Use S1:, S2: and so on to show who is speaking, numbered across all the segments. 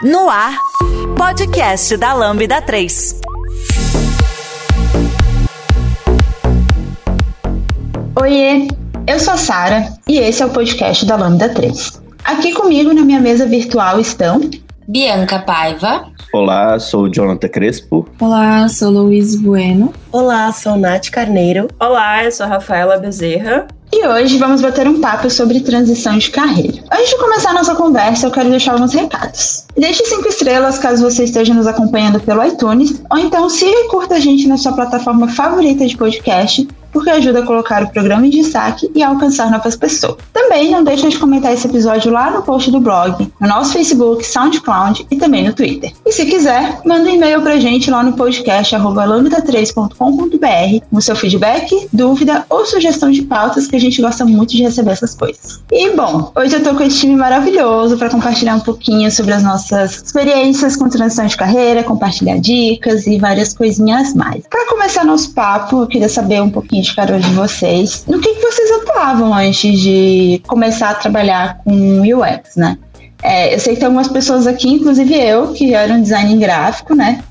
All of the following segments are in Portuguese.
S1: No ar, podcast da Lambda 3.
S2: Oiê, eu sou a Sara e esse é o podcast da Lambda 3. Aqui comigo na minha mesa virtual estão
S3: Bianca Paiva.
S4: Olá, sou o Jonathan Crespo.
S5: Olá, sou Luiz Bueno.
S6: Olá, sou Nath Carneiro.
S7: Olá, eu sou a Rafaela Bezerra.
S2: E hoje vamos bater um papo sobre transição de carreira. Antes de começar a nossa conversa, eu quero deixar alguns recados. Deixe 5 estrelas caso você esteja nos acompanhando pelo iTunes, ou então siga e curta a gente na sua plataforma favorita de podcast, porque ajuda a colocar o programa em destaque e a alcançar novas pessoas. Também não deixe de comentar esse episódio lá no post do blog, no nosso Facebook, SoundCloud e também no Twitter. E se quiser, manda um e-mail pra gente lá no podcast lambda3.com.br com seu feedback, dúvida ou sugestão de pautas, que a gente gosta muito de receber essas coisas. E bom, hoje eu tô com esse time maravilhoso para compartilhar um pouquinho sobre as nossas experiências com transição de carreira, compartilhar dicas e várias coisinhas mais. Para começar nosso papo, eu queria saber um pouquinho de cada um de vocês, no que vocês atuavam antes de começar a trabalhar com UX, né? Eu sei que tem algumas pessoas aqui, inclusive eu, que eram design gráfico, né?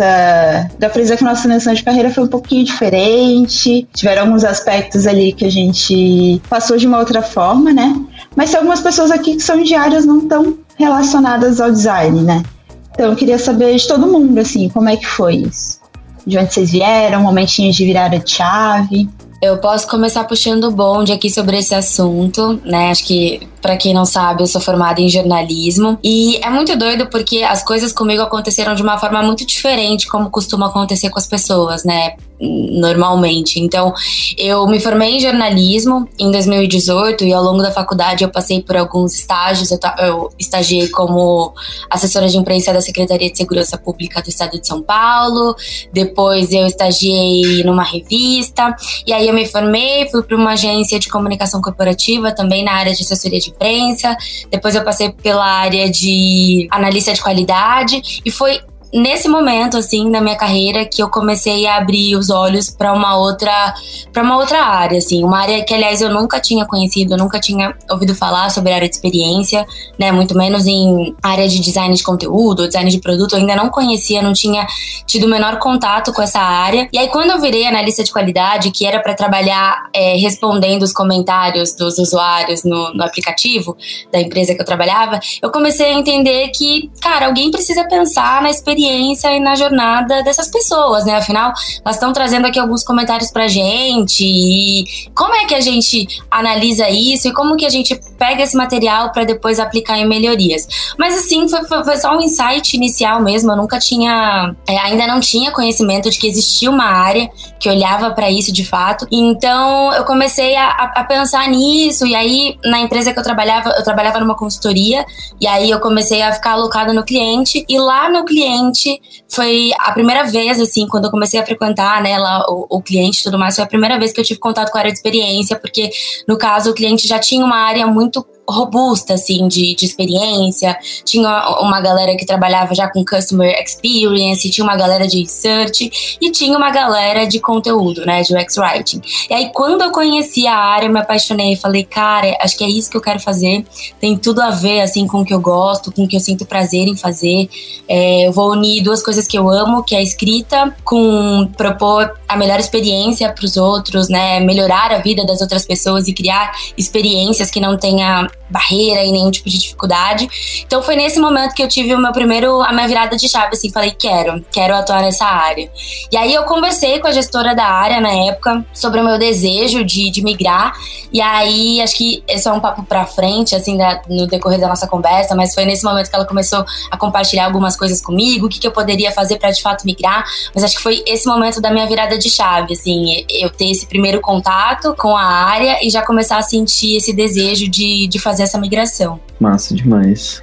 S2: Dá pra dizer que a nossa transição de carreira foi um pouquinho diferente, tiveram alguns aspectos ali que a gente passou de uma outra forma, né? Mas tem algumas pessoas aqui que são de áreas não tão relacionadas ao design, né? Então eu queria saber de todo mundo, assim, como é que foi isso? De onde vocês vieram, momentinhos de virada de chave.
S3: Eu posso começar puxando o bonde aqui sobre esse assunto, né? Acho que, pra quem não sabe, eu sou formada em jornalismo. E é muito doido porque as coisas comigo aconteceram de uma forma muito diferente, como costuma acontecer com as pessoas, né? Normalmente. Então, eu me formei em jornalismo em 2018 e ao longo da faculdade eu passei por alguns estágios. Eu estagiei como assessora de imprensa da Secretaria de Segurança Pública do Estado de São Paulo. Depois eu estagiei numa revista. E aí eu me formei, fui para uma agência de comunicação corporativa, também na área de assessoria de imprensa. Depois eu passei pela área de analista de qualidade. E foi nesse momento, assim, da minha carreira, que eu comecei a abrir os olhos para uma outra área, assim. Uma área que, aliás, eu nunca tinha conhecido, eu nunca tinha ouvido falar sobre a área de experiência, né? Muito menos em área de design de conteúdo, design de produto. Eu ainda não conhecia, não tinha tido o menor contato com essa área. E aí, quando eu virei analista de qualidade, que era para trabalhar respondendo os comentários dos usuários no aplicativo da empresa que eu trabalhava, eu comecei a entender que, cara, alguém precisa pensar na experiência e na jornada dessas pessoas, né? Afinal, elas estão trazendo aqui alguns comentários pra gente e como é que a gente analisa isso e como que a gente pega esse material pra depois aplicar em melhorias. Mas assim, foi só um insight inicial mesmo, eu nunca tinha, ainda não tinha conhecimento de que existia uma área que olhava pra isso de fato. Então, eu comecei a pensar nisso e aí, na empresa que eu trabalhava numa consultoria e aí eu comecei a ficar alocada no cliente e lá no cliente foi a primeira vez, assim, quando eu comecei a frequentar, né, lá o cliente e tudo mais, foi a primeira vez que eu tive contato com a área de experiência, porque, no caso, o cliente já tinha uma área muito robusta, assim, de experiência, tinha uma galera que trabalhava já com Customer Experience, tinha uma galera de Research e tinha uma galera de conteúdo, né, de UX Writing. E aí, quando eu conheci a área, me apaixonei, falei, cara, acho que é isso que eu quero fazer, tem tudo a ver, assim, com o que eu gosto, com o que eu sinto prazer em fazer. Eu vou unir duas coisas que eu amo, que é a escrita, com propor a melhor experiência para os outros, né, melhorar a vida das outras pessoas e criar experiências que não tenha barreira e nenhum tipo de dificuldade. Então foi nesse momento que eu tive a minha virada de chave, assim, falei, quero atuar nessa área. E aí eu conversei com a gestora da área na época sobre o meu desejo de migrar, e aí acho que esse é um papo pra frente, assim, no decorrer da nossa conversa, mas foi nesse momento que ela começou a compartilhar algumas coisas comigo, o que eu poderia fazer pra de fato migrar, mas acho que foi esse momento da minha virada de chave, assim, eu ter esse primeiro contato com a área e já começar a sentir esse desejo de fazer essa migração.
S4: Massa demais.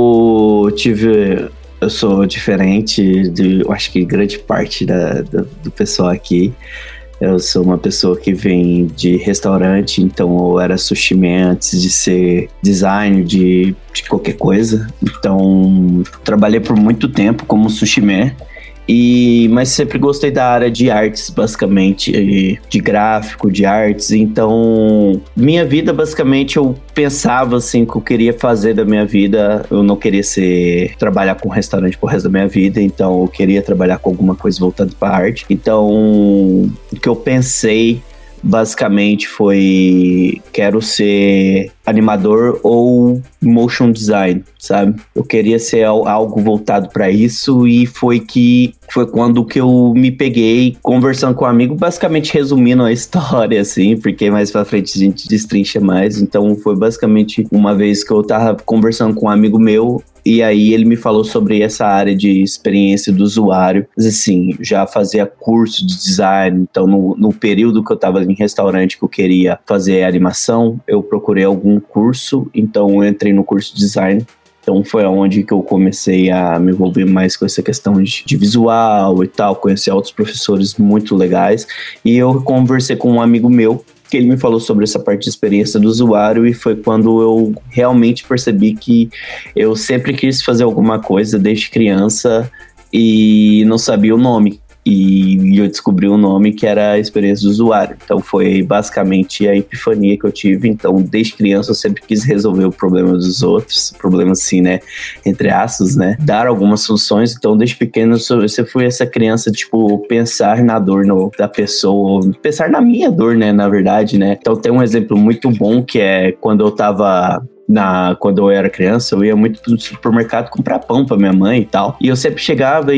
S4: Eu sou diferente eu acho que grande parte do pessoal aqui. Eu sou uma pessoa que vem de restaurante, então eu era sushi man antes de ser design de qualquer coisa. Então, trabalhei por muito tempo como sushi man Mas sempre gostei da área de artes, basicamente, de gráfico, de artes. Então, minha vida, basicamente, eu pensava assim que eu queria fazer da minha vida. Eu não queria trabalhar com restaurante pro resto da minha vida, então eu queria trabalhar com alguma coisa voltada para arte. Então, o que eu pensei basicamente foi: quero ser animador ou motion design, sabe? Eu queria ser algo voltado para isso, e foi quando que eu me peguei conversando com um amigo, basicamente resumindo a história, assim, porque mais pra frente a gente destrincha mais. Então foi basicamente uma vez que eu tava conversando com um amigo meu, e aí ele me falou sobre essa área de experiência do usuário. Mas assim, já fazia curso de design, então no período que eu tava em restaurante que eu queria fazer animação, eu procurei algum curso, então eu entrei no curso de design. Então foi onde que eu comecei a me envolver mais com essa questão de visual e tal, conhecer outros professores muito legais. E eu conversei com um amigo meu, que ele me falou sobre essa parte de experiência do usuário, e foi quando eu realmente percebi que eu sempre quis fazer alguma coisa desde criança e não sabia o nome. E eu descobri um nome que era a experiência do usuário. Então foi basicamente a epifania que eu tive. Então desde criança eu sempre quis resolver o problema dos outros, problema assim, né, entre aspas, né, dar algumas soluções. Então desde pequeno eu fui essa criança, tipo, pensar na dor da pessoa, pensar na minha dor, né, na verdade, né. Então tem um exemplo muito bom que é quando eu tava quando eu era criança, eu ia muito pro supermercado comprar pão pra minha mãe e tal. E eu sempre chegava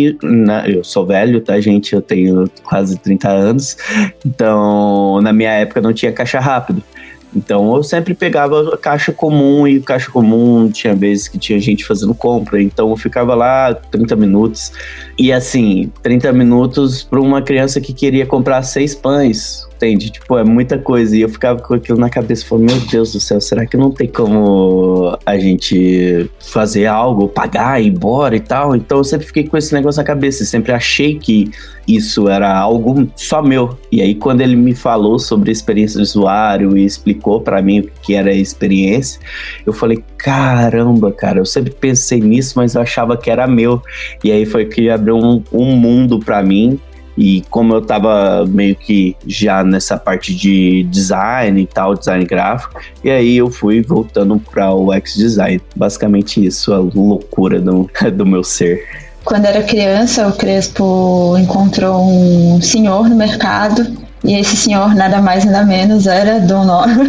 S4: eu sou velho, tá, gente? Eu tenho quase 30 anos. Então, na minha época não tinha caixa rápido. Então eu sempre pegava a caixa comum, e caixa comum tinha vezes que tinha gente fazendo compra, então eu ficava lá 30 minutos. E assim, 30 minutos para uma criança que queria comprar 6 pães, entende? Tipo, é muita coisa. E eu ficava com aquilo na cabeça, falando: meu Deus do céu, será que não tem como a gente fazer algo, pagar, ir embora e tal? Então eu sempre fiquei com esse negócio na cabeça, sempre achei que isso era algo só meu. E aí quando ele me falou sobre a experiência do usuário e explicou pra mim o que era a experiência, eu falei: caramba, cara, eu sempre pensei nisso, mas eu achava que era meu. E aí foi que abriu um mundo pra mim. E como eu tava meio que já nessa parte de design e tal, design gráfico, e aí eu fui voltando para o X-Design. Basicamente isso, a loucura do meu ser.
S2: Quando era criança, o Crespo encontrou um senhor no mercado, e esse senhor nada mais nada menos era Dom Norman.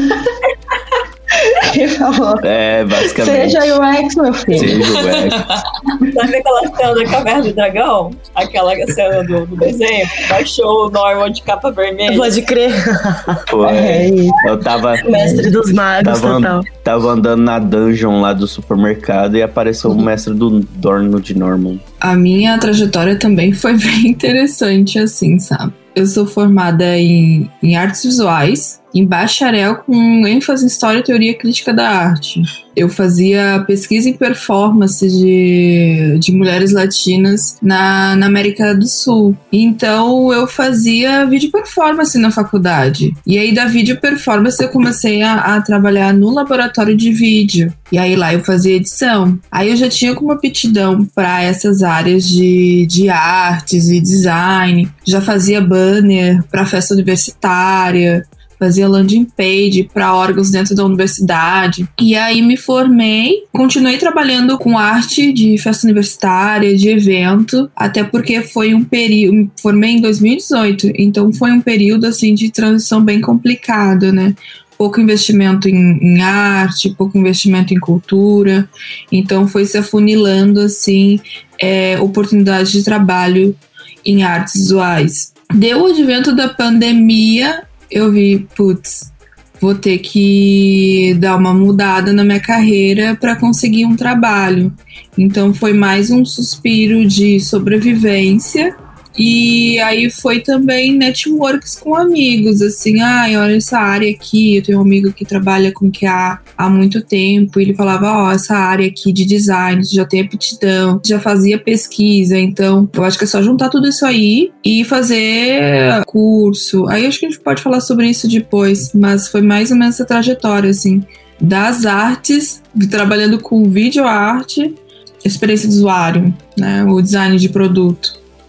S2: Ele falou:
S4: basicamente,
S2: seja o X, meu filho.
S4: Seja o X.
S7: Sabe aquela cena da Caverna do Dragão? Aquela cena do desenho? Baixou o Norman de capa vermelha.
S6: Pode crer.
S4: Eu tava...
S6: Mestre dos magos, total.
S4: Tava andando na dungeon lá do supermercado e apareceu o mestre do Dorno de Norman.
S5: A minha trajetória também foi bem interessante, assim, sabe? Eu sou formada em artes visuais, em bacharel com ênfase em História e Teoria Crítica da Arte. Eu fazia pesquisa em performance de mulheres latinas na América do Sul. Então eu fazia vídeo performance na faculdade. E aí da vídeo performance eu comecei a trabalhar no laboratório de vídeo. E aí lá eu fazia edição. Aí eu já tinha como aptidão para essas áreas de artes e design. Já fazia banner para festa universitária. Fazia landing page para órgãos dentro da universidade. E aí me formei, continuei trabalhando com arte de festa universitária, de evento, até porque foi um período, formei em 2018, então foi um período assim de transição bem complicado, né? Pouco investimento em arte, pouco investimento em cultura, então foi se afunilando assim oportunidades de trabalho em artes visuais. Deu o advento da pandemia, eu vi, vou ter que dar uma mudada na minha carreira para conseguir um trabalho. Então foi mais um suspiro de sobrevivência. E aí foi também networks com amigos, assim, olha essa área aqui, eu tenho um amigo que trabalha com QA há muito tempo, e ele falava, essa área aqui de design, já tem aptidão, já fazia pesquisa, então eu acho que é só juntar tudo isso aí e fazer curso. Aí acho que a gente pode falar sobre isso depois, mas foi mais ou menos essa trajetória, assim, das artes, trabalhando com vídeo arte, experiência do usuário, né, o design de produto.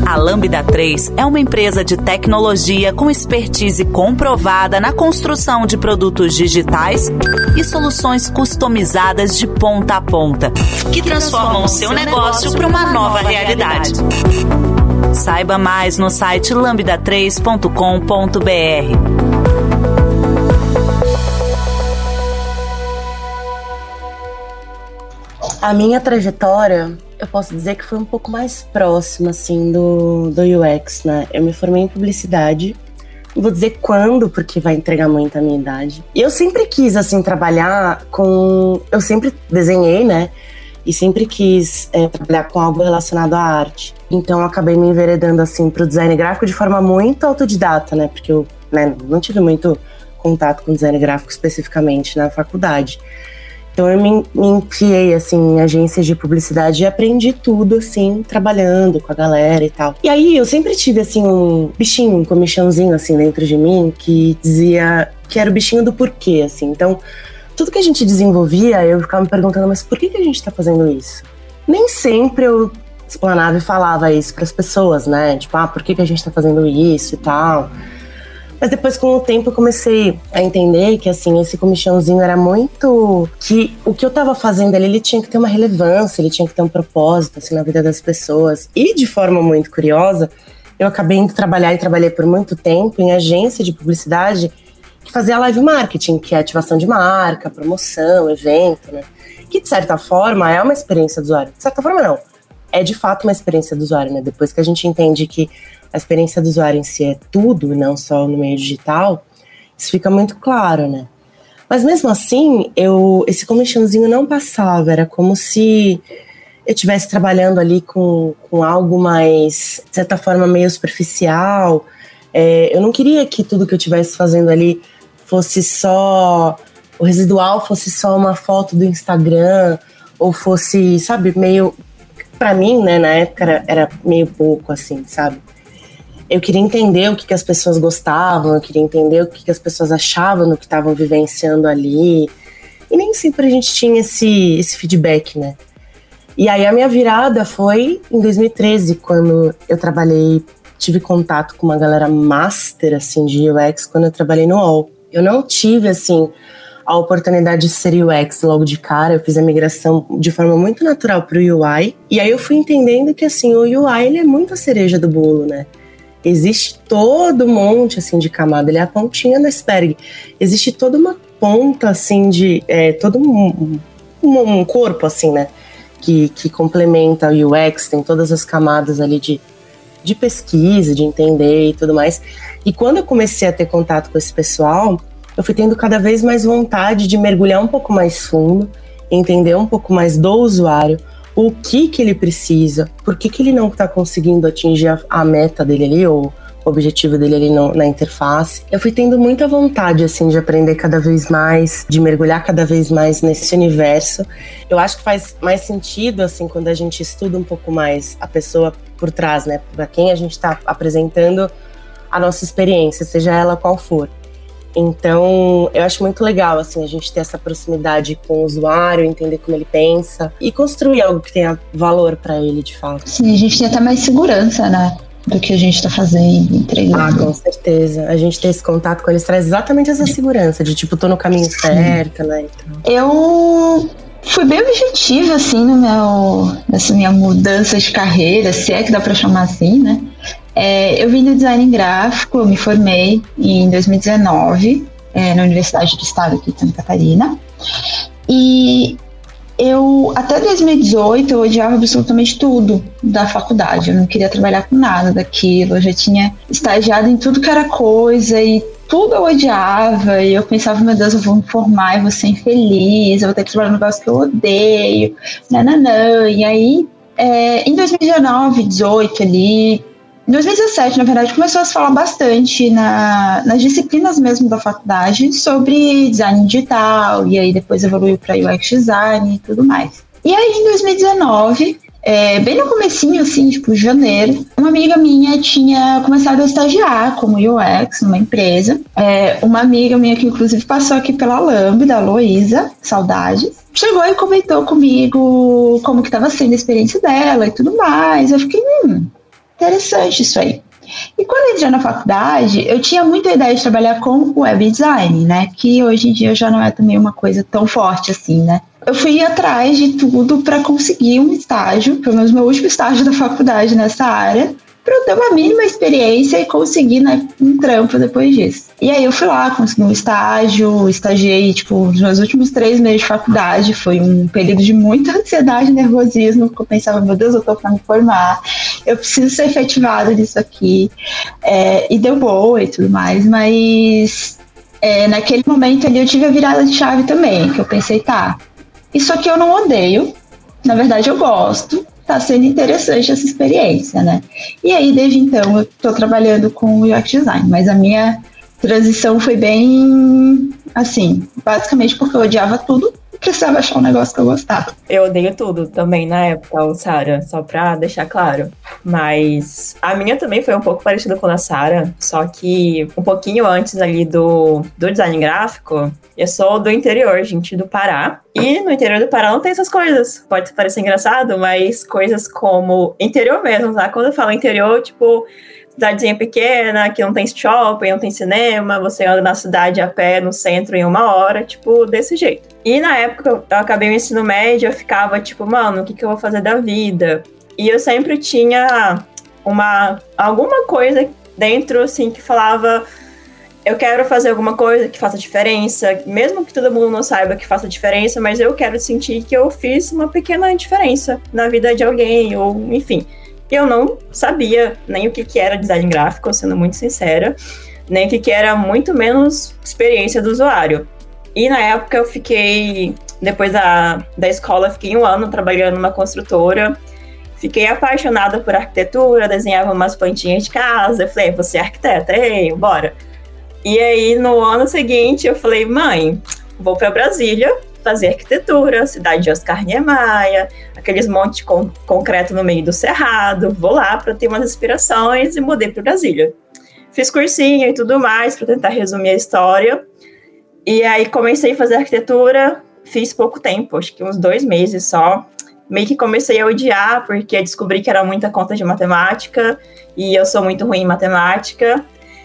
S1: A Lambda 3 é uma empresa de tecnologia com expertise comprovada na construção de produtos digitais e soluções customizadas de ponta a ponta, que transformam o seu negócio para uma nova realidade. Saiba mais no site lambda3.com.br.
S6: A minha trajetória, eu posso dizer que foi um pouco mais próxima, assim, do UX, né? Eu me formei em publicidade. Não vou dizer quando, porque vai entregar muito a minha idade. E eu sempre quis, assim, trabalhar com... Eu sempre desenhei, né? E sempre quis trabalhar com algo relacionado à arte. Então eu acabei me enveredando, assim, pro design gráfico de forma muito autodidata, né? Porque eu não tive muito contato com design gráfico especificamente na faculdade. Então eu me enfiei, assim, em agências de publicidade e aprendi tudo, assim, trabalhando com a galera e tal. E aí eu sempre tive, assim, um bichinho, um comichãozinho, assim, dentro de mim, que dizia que era o bichinho do porquê, assim. Então, tudo que a gente desenvolvia, eu ficava me perguntando, mas por que a gente tá fazendo isso? Nem sempre eu explanava e falava isso pras pessoas, né? Tipo, por que a gente tá fazendo isso e tal. Mas depois, com o tempo, eu comecei a entender que, assim, esse comichãozinho era muito... que o que eu tava fazendo ali, ele tinha que ter uma relevância, ele tinha que ter um propósito, assim, na vida das pessoas. E, de forma muito curiosa, eu acabei indo trabalhar e trabalhei por muito tempo em agência de publicidade que fazia live marketing, que é ativação de marca, promoção, evento, né? Que, de certa forma, é uma experiência do usuário. De certa forma, não. É, de fato, uma experiência do usuário, né? Depois que a gente entende que a experiência do usuário em si é tudo, não só no meio digital, isso fica muito claro, né? Mas mesmo assim, esse comichãozinho não passava, era como se eu estivesse trabalhando ali com algo mais, de certa forma, meio superficial. Eu não queria que tudo que eu estivesse fazendo ali fosse só... o residual fosse só uma foto do Instagram, ou fosse, sabe, meio... Pra mim, né, na época era meio pouco, assim, sabe? Eu queria entender o que as pessoas gostavam, eu queria entender o que as pessoas achavam do que estavam vivenciando ali. E nem sempre a gente tinha esse feedback, né? E aí a minha virada foi em 2013, quando eu tive contato com uma galera master, assim, de UX, quando eu trabalhei no UOL. Eu não tive, assim, a oportunidade de ser UX logo de cara. Eu fiz a migração de forma muito natural pro UI. E aí eu fui entendendo que, assim, o UI, ele é muito a cereja do bolo, né? Existe todo um monte, assim, de camada. Ele é a pontinha do iceberg. Existe toda uma ponta, assim, todo um corpo, assim, né? Que complementa o UX. Tem todas as camadas ali de pesquisa, de entender e tudo mais. E quando eu comecei a ter contato com esse pessoal, eu fui tendo cada vez mais vontade de mergulhar um pouco mais fundo, entender um pouco mais do usuário, o que ele precisa, por que ele não está conseguindo atingir a meta dele ali, ou o objetivo dele ali na interface. Eu fui tendo muita vontade, assim, de aprender cada vez mais, de mergulhar cada vez mais nesse universo. Eu acho que faz mais sentido, assim, quando a gente estuda um pouco mais a pessoa por trás, né, para quem a gente está apresentando a nossa experiência, seja ela qual for. Então, eu acho muito legal, assim, a gente ter essa proximidade com o usuário, entender como ele pensa e construir algo que tenha valor para ele, de fato.
S2: Sim, a gente tem até mais segurança, né, do que a gente tá fazendo, entregando.
S6: Com certeza. A gente ter esse contato com eles traz exatamente essa segurança, de tipo, tô no caminho certo, né, então.
S2: Eu fui bem objetiva, assim, nessa minha mudança de carreira, se é que dá pra chamar assim, né. Eu vim do design gráfico, eu me formei em 2019 na Universidade do Estado aqui de Santa Catarina, e até 2018 eu odiava absolutamente tudo da faculdade, eu não queria trabalhar com nada daquilo, eu já tinha estagiado em tudo que era coisa e tudo eu odiava, e eu pensava, meu Deus, eu vou me formar e vou ser infeliz, eu vou ter que trabalhar num negócio que eu odeio, nananã. E aí em 2019, 18 ali, em 2017, na verdade, começou a se falar bastante nas disciplinas mesmo da faculdade sobre design digital, e aí depois evoluiu para UX design e tudo mais. E aí, em 2019, bem no comecinho, assim, tipo, janeiro, uma amiga minha tinha começado a estagiar como UX numa empresa. Uma amiga minha que, inclusive, passou aqui pela Lambda, a Luísa, saudades, chegou e comentou comigo como que estava sendo a experiência dela e tudo mais. Eu fiquei, interessante isso aí. E quando eu entrei na faculdade, eu tinha muita ideia de trabalhar com web design, né? Que hoje em dia já não é também uma coisa tão forte assim, né? Eu fui atrás de tudo para conseguir um estágio, pelo menos meu último estágio da faculdade nessa área, para eu ter uma mínima experiência e conseguir, né, um trampo depois disso. E aí eu fui lá, consegui um estágio, estagiei, tipo, nos meus últimos 3 meses de faculdade, foi um período de muita ansiedade e nervosismo, porque eu pensava, meu Deus, eu tô para me formar, eu preciso ser efetivada nisso aqui, e deu boa e tudo mais, mas naquele momento ali eu tive a virada de chave também, que eu pensei, tá, isso aqui eu não odeio, na verdade eu gosto, tá sendo interessante essa experiência, né? E aí, desde então, eu tô trabalhando com UX Design, mas a minha transição foi bem, assim, basicamente porque eu odiava tudo e precisava achar um negócio que eu gostava.
S7: Eu odeio tudo também na época, Sara, só pra deixar claro. Mas a minha também foi um pouco parecida com a Sara, só que um pouquinho antes ali do design gráfico, eu sou do interior, gente, do Pará. E no interior do Pará não tem essas coisas. Pode parecer engraçado, mas coisas como interior mesmo, tá? Quando eu falo interior, tipo, cidadezinha pequena, que não tem shopping, não tem cinema, você anda na cidade a pé, no centro, em 1 hora, tipo, desse jeito. E na época eu acabei o ensino médio, eu ficava tipo, mano, o que eu vou fazer da vida? E eu sempre tinha alguma coisa dentro, assim, que falava, eu quero fazer alguma coisa que faça diferença, mesmo que todo mundo não saiba que faça diferença, mas eu quero sentir que eu fiz uma pequena diferença na vida de alguém, ou enfim. Eu não sabia nem o que era design gráfico, sendo muito sincera, nem o que era muito menos experiência do usuário. E na época eu fiquei, depois da escola, fiquei 1 ano trabalhando numa construtora, fiquei apaixonada por arquitetura, desenhava umas plantinhas de casa, eu falei, você é arquiteta, ei, bora. E aí, no ano seguinte, eu falei, mãe, vou para Brasília fazer arquitetura, cidade de Oscar Niemeyer, aqueles montes de concreto no meio do cerrado, vou lá para ter umas inspirações e mudei para Brasília. Fiz cursinho e tudo mais para tentar resumir a história. E aí comecei a fazer arquitetura, fiz pouco tempo, acho que uns 2 meses só. Meio que comecei a odiar, porque descobri que era muita conta de matemática, e eu sou muito ruim em matemática.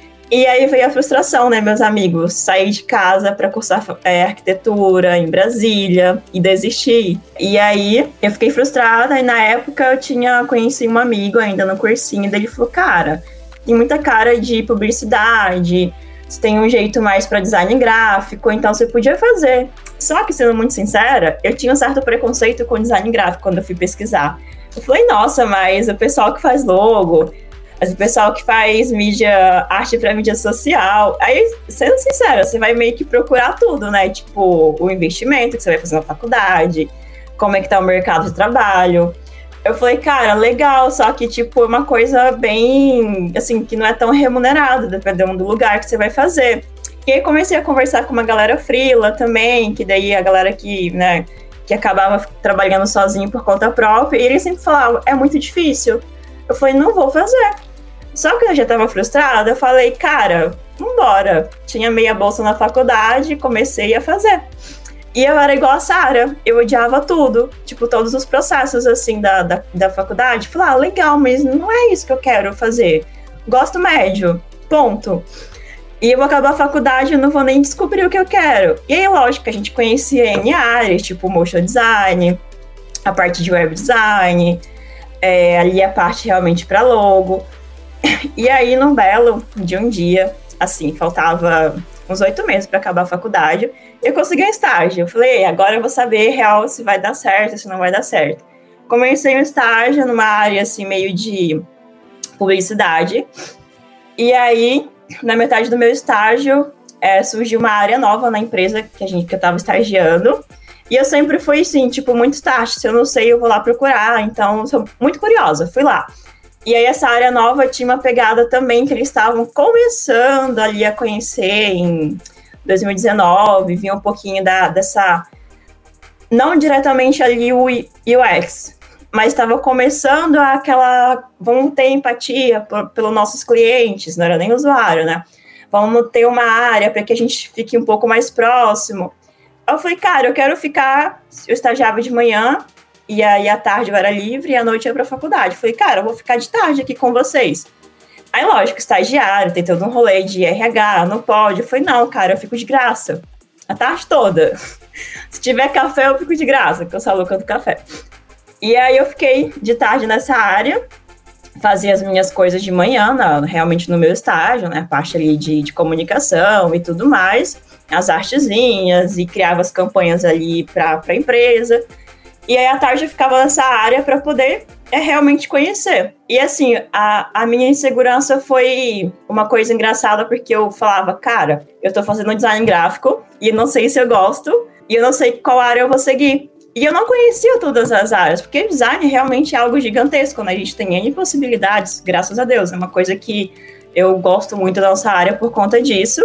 S7: E aí veio a frustração, né, meus amigos? Saí de casa para cursar arquitetura em Brasília e desisti. E aí eu fiquei frustrada e na época eu conheci um amigo ainda no cursinho, daí ele falou, cara, tem muita cara de publicidade, você tem um jeito mais para design gráfico, então você podia fazer. Só que, sendo muito sincera, eu tinha um certo preconceito com design gráfico quando eu fui pesquisar. Eu falei, nossa, mas o pessoal que faz logo, o pessoal que faz arte para mídia social. Aí, sendo sincera, você vai meio que procurar tudo, né? Tipo, o investimento que você vai fazer na faculdade, como é que tá o mercado de trabalho. Eu falei, cara, legal, só que, tipo, é uma coisa bem, assim, que não é tão remunerada, dependendo do lugar que você vai fazer. E aí comecei a conversar com uma galera freela também, que daí a galera que, né, que acabava trabalhando sozinho por conta própria, e eles sempre falavam, é muito difícil. Eu falei, não vou fazer. Só que eu já tava frustrada, eu falei, cara, vambora. Tinha meia bolsa na faculdade, comecei a fazer. E eu era igual a Sara, eu odiava tudo, tipo, todos os processos, assim, da faculdade. Falei, legal, mas não é isso que eu quero fazer. Gosto médio, ponto. E eu vou acabar a faculdade e não vou nem descobrir o que eu quero. E aí, lógico, que a gente conhecia N áreas, tipo, motion design, a parte de web design, ali a parte realmente para logo. E aí, num belo de um dia, assim, faltava uns 8 meses para acabar a faculdade, eu consegui um estágio. Eu falei, agora eu vou saber real se vai dar certo, se não vai dar certo. Comecei um estágio numa área, assim, meio de publicidade. E aí, na metade do meu estágio, surgiu uma área nova na empresa que eu estava estagiando. E eu sempre fui, assim, tipo, muito estágio. Se eu não sei, eu vou lá procurar. Então, sou muito curiosa, fui lá. E aí essa área nova tinha uma pegada também que eles estavam começando ali a conhecer em 2019, vinha um pouquinho dessa... Não diretamente ali o UX, mas estava começando vamos ter empatia pelos nossos clientes, não era nem usuário, né? Vamos ter uma área para que a gente fique um pouco mais próximo. Eu falei, cara, eu quero ficar... Eu estagiava de manhã, E aí, à tarde eu era livre e à noite eu ia pra faculdade. Falei, cara, eu vou ficar de tarde aqui com vocês. Aí, lógico, estagiário, tem todo um rolê de RH, não pode. Eu falei, não, cara, eu fico de graça. A tarde toda. Se tiver café, eu fico de graça, porque eu sou a louca do café. E aí, eu fiquei de tarde nessa área, fazia as minhas coisas de manhã, realmente no meu estágio, né? A parte ali de comunicação e tudo mais, as artezinhas, e criava as campanhas ali pra empresa. E aí, à tarde, eu ficava nessa área para poder realmente conhecer. E, assim, a minha insegurança foi uma coisa engraçada, porque eu falava, cara, eu tô fazendo design gráfico e não sei se eu gosto e eu não sei qual área eu vou seguir. E eu não conhecia todas as áreas, porque design realmente é algo gigantesco, né? A gente tem N possibilidades, graças a Deus. É uma coisa que eu gosto muito da nossa área por conta disso.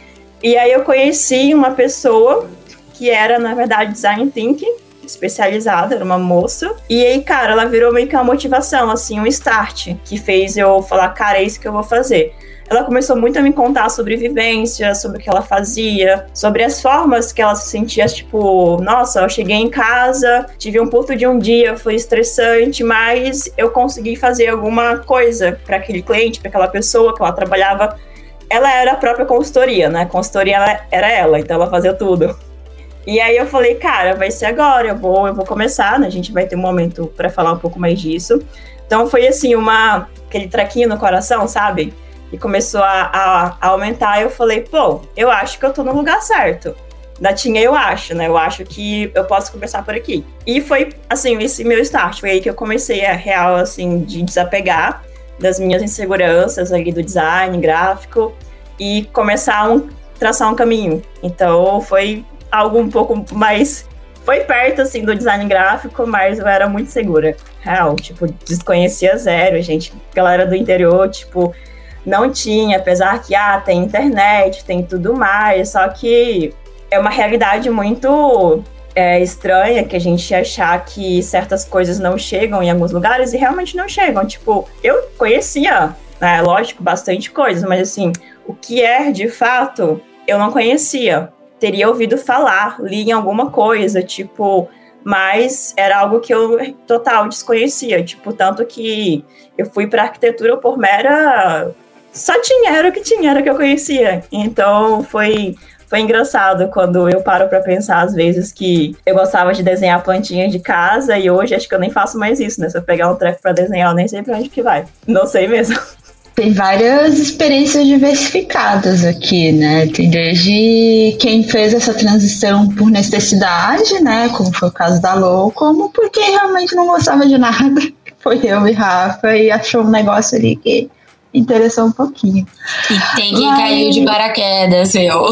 S7: E aí, eu conheci uma pessoa que era, na verdade, design thinking, especializada, era uma moça, e aí, cara, ela virou meio que uma motivação, assim, um start, que fez eu falar, cara, é isso que eu vou fazer. Ela começou muito a me contar sobre vivência, sobre o que ela fazia, sobre as formas que ela se sentia, tipo, nossa, eu cheguei em casa, tive um puto de um dia, foi estressante, mas eu consegui fazer alguma coisa para aquele cliente, para aquela pessoa que ela trabalhava. Ela era a própria consultoria, né? A consultoria era ela, então ela fazia tudo. E aí eu falei, cara, vai ser agora, eu vou começar, né? A gente vai ter um momento para falar um pouco mais disso. Então foi assim, aquele traquinho no coração, sabe? E começou a aumentar, e eu falei, pô, eu acho que eu tô no lugar certo. Da tinha eu acho, né? Eu acho que eu posso começar por aqui. E foi, assim, esse meu start. Foi aí que eu comecei a real, assim, de desapegar das minhas inseguranças ali do design gráfico e começar a traçar um caminho. Então foi algo um pouco mais... Foi perto, assim, do design gráfico, mas eu era muito segura. Real, tipo, desconhecia zero, gente. Galera do interior, tipo, não tinha, apesar que, tem internet, tem tudo mais, só que é uma realidade muito estranha, que a gente achar que certas coisas não chegam em alguns lugares e realmente não chegam. Tipo, eu conhecia, né, lógico, bastante coisas, mas, assim, o que de fato, eu não conhecia. Teria ouvido falar, li em alguma coisa, tipo, mas era algo que eu total desconhecia, tipo, tanto que eu fui para arquitetura por mera... era o que tinha, era o que eu conhecia. Então, foi engraçado quando eu paro para pensar, às vezes, que eu gostava de desenhar plantinhas de casa e hoje acho que eu nem faço mais isso, né? Se eu pegar um treco para desenhar, eu nem sei para onde que vai. Não sei mesmo.
S2: Tem várias experiências diversificadas aqui, né? Tem desde quem fez essa transição por necessidade, né? Como foi o caso da Lô, como porque realmente não gostava de nada. Foi eu e Rafa e achou um negócio ali que interessou um pouquinho.
S3: E tem quem caiu de paraquedas, meu.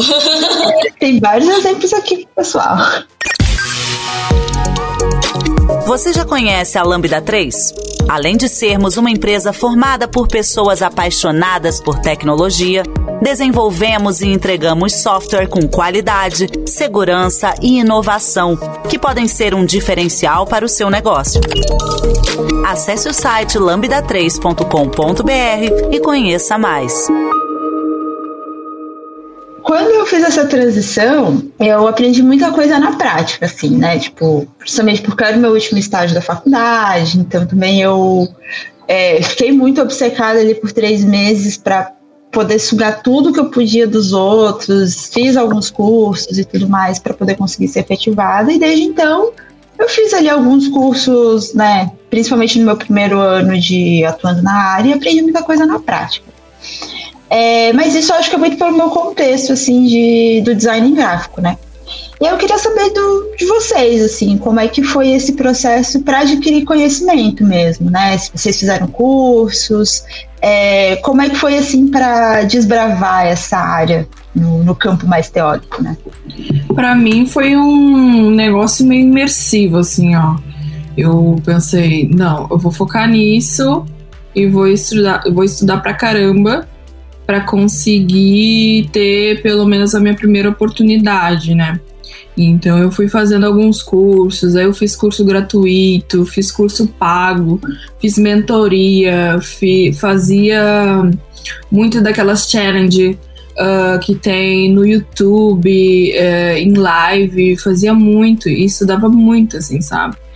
S2: Tem vários exemplos aqui, pessoal.
S1: Você já conhece a Lambda 3? Além de sermos uma empresa formada por pessoas apaixonadas por tecnologia, desenvolvemos e entregamos software com qualidade, segurança e inovação, que podem ser um diferencial para o seu negócio. Acesse o site lambda3.com.br e conheça mais.
S2: Quando eu fiz essa transição, eu aprendi muita coisa na prática, assim, né? Tipo, principalmente porque era o meu último estágio da faculdade, então também eu fiquei muito obcecada ali por 3 meses para poder sugar tudo que eu podia dos outros, fiz alguns cursos e tudo mais para poder conseguir ser efetivada, e desde então eu fiz ali alguns cursos, né? Principalmente no meu primeiro ano de atuando na área, e aprendi muita coisa na prática. Mas isso eu acho que é muito pelo meu contexto, assim, do design gráfico, né? E eu queria saber de vocês, assim, como é que foi esse processo para adquirir conhecimento mesmo, né? Se vocês fizeram cursos, como é que foi, assim, para desbravar essa área no campo mais teórico, né?
S5: Para mim foi um negócio meio imersivo, assim, ó. Eu pensei, não, eu vou focar nisso e vou estudar pra caramba, para conseguir ter pelo menos a minha primeira oportunidade, né? Então eu fui fazendo alguns cursos, aí eu fiz curso gratuito, fiz curso pago, fiz mentoria, fazia muito daquelas challenge que tem no YouTube, em live, fazia muito e estudava muito, assim, sabe?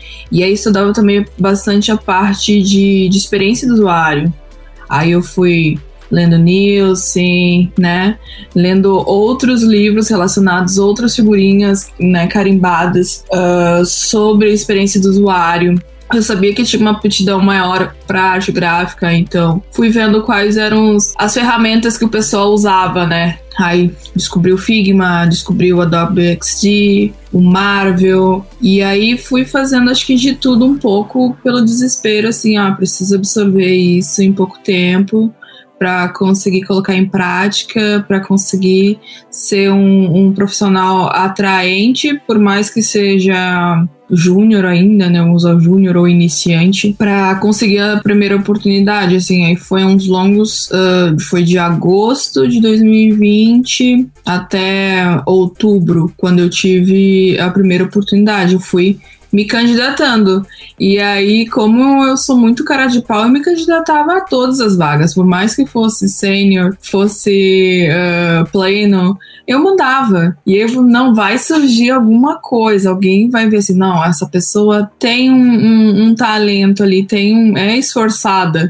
S5: E aí estudava também bastante a parte de experiência do usuário. Aí eu fui lendo Nielsen, né? Lendo outros livros relacionados, outras figurinhas, né, carimbadas sobre a experiência do usuário. Eu sabia que tinha uma aptidão maior para arte gráfica, então fui vendo quais eram as ferramentas que o pessoal usava, né? Aí descobri o Figma, descobri o Adobe XD, o Marvel, e aí fui fazendo acho que de tudo um pouco pelo desespero, assim, preciso absorver isso em pouco tempo para conseguir colocar em prática, para conseguir ser um profissional atraente, por mais que seja júnior ainda, né, usar júnior ou iniciante, para conseguir a primeira oportunidade, assim. Aí foi uns longos, foi de agosto de 2020 até outubro, quando eu tive a primeira oportunidade. Eu fui me candidatando, e aí, como eu sou muito cara de pau, eu me candidatava a todas as vagas, por mais que fosse sênior, fosse pleno, eu mandava. E aí não vai surgir alguma coisa, alguém vai ver assim, não, essa pessoa tem um talento ali, é esforçada.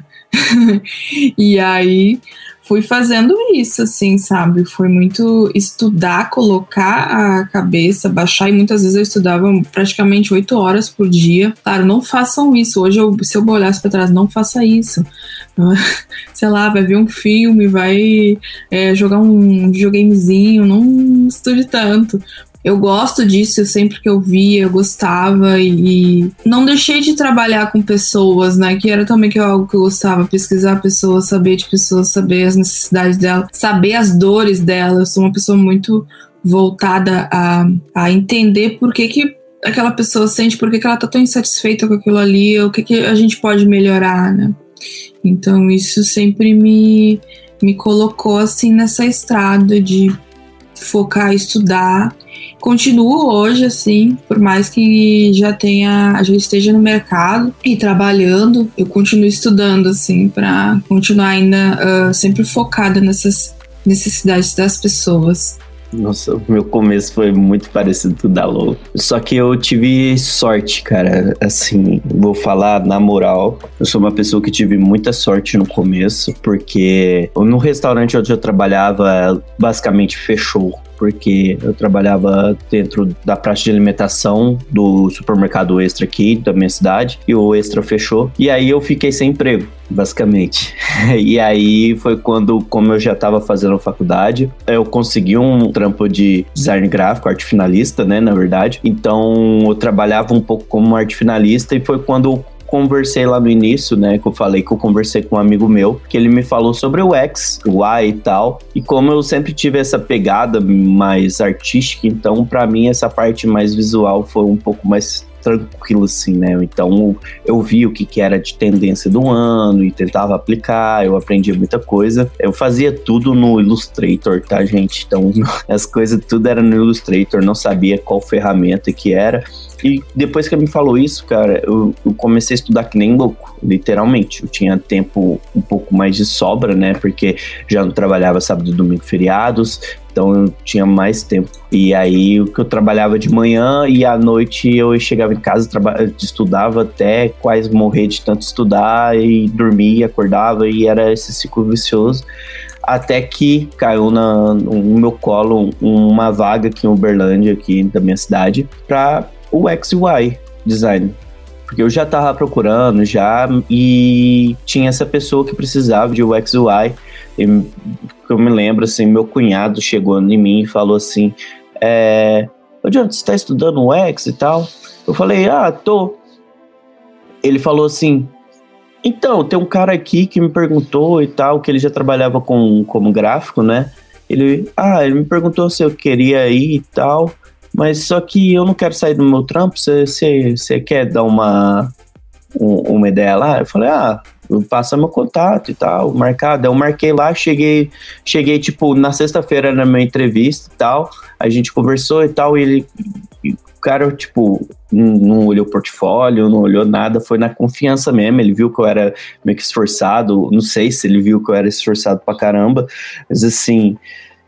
S5: E aí fui fazendo isso, assim, sabe? Foi muito estudar, colocar a cabeça, baixar, e muitas vezes eu estudava praticamente 8 horas por dia. Claro, não façam isso. Hoje, se eu olhasse pra trás, não faça isso. Sei lá, vai ver um filme, vai jogar um videogamezinho, não estude tanto. Eu gosto disso, sempre que eu via, eu gostava, e não deixei de trabalhar com pessoas, né, que era também algo que eu gostava, pesquisar pessoas, saber de pessoas, saber as necessidades delas, saber as dores delas. Eu sou uma pessoa muito voltada a entender por que aquela pessoa sente, por que ela tá tão insatisfeita com aquilo ali, o que a gente pode melhorar, né. Então isso sempre me colocou assim nessa estrada de focar, estudar. Continuo hoje, assim, por mais que já esteja no mercado e trabalhando, eu continuo estudando, assim, para continuar ainda sempre focada nessas necessidades das pessoas.
S4: Nossa, o meu começo foi muito parecido com o da Lô. Só que eu tive sorte, cara. Assim, vou falar na moral. Eu sou uma pessoa que tive muita sorte no começo, porque no restaurante onde eu trabalhava, basicamente fechou. Porque eu trabalhava dentro da praça de alimentação do supermercado Extra aqui da minha cidade, e o Extra fechou, e aí eu fiquei sem emprego, basicamente. E aí foi quando, como eu já estava fazendo faculdade, eu consegui um trampo de design gráfico, arte finalista, né, na verdade. Então eu trabalhava um pouco como arte finalista, e foi quando conversei lá no início, né, que eu falei que eu conversei com um amigo meu, que ele me falou sobre o X, o Y e tal, e como eu sempre tive essa pegada mais artística, então pra mim essa parte mais visual foi um pouco mais tranquilo, assim, né? Então eu vi o que era de tendência do ano e tentava aplicar, eu aprendi muita coisa. Eu fazia tudo no Illustrator, tá, gente? Então as coisas tudo era no Illustrator, não sabia qual ferramenta que era. E depois que ele me falou isso, cara, eu comecei a estudar que nem louco, literalmente. Eu tinha tempo um pouco mais de sobra, né? Porque já não trabalhava sábado, domingo, feriados, então eu tinha mais tempo. E aí o que eu trabalhava de manhã e à noite eu chegava em casa, estudava até quase morrer de tanto estudar, e dormia, acordava, e era esse ciclo vicioso. Até que caiu no meu colo uma vaga aqui em Uberlândia, aqui da minha cidade, para o XY Design. Porque eu já tava procurando e tinha essa pessoa que precisava de UX UI. Eu me lembro, assim, meu cunhado chegou em mim e falou assim, Jonathan, você tá estudando UX e tal? Eu falei, tô. Ele falou assim, então, tem um cara aqui que me perguntou e tal, que ele já trabalhava como gráfico, né? Ele me perguntou se eu queria ir e tal, mas só que eu não quero sair do meu trampo, você quer dar uma ideia lá? Eu falei, passa meu contato e tal, marcado. Eu marquei lá, cheguei tipo, na sexta-feira na minha entrevista e tal, a gente conversou e tal, e o cara, tipo, não olhou o portfólio, não olhou nada, foi na confiança mesmo. Ele viu que eu era meio que esforçado, não sei se ele viu que eu era esforçado pra caramba, mas assim,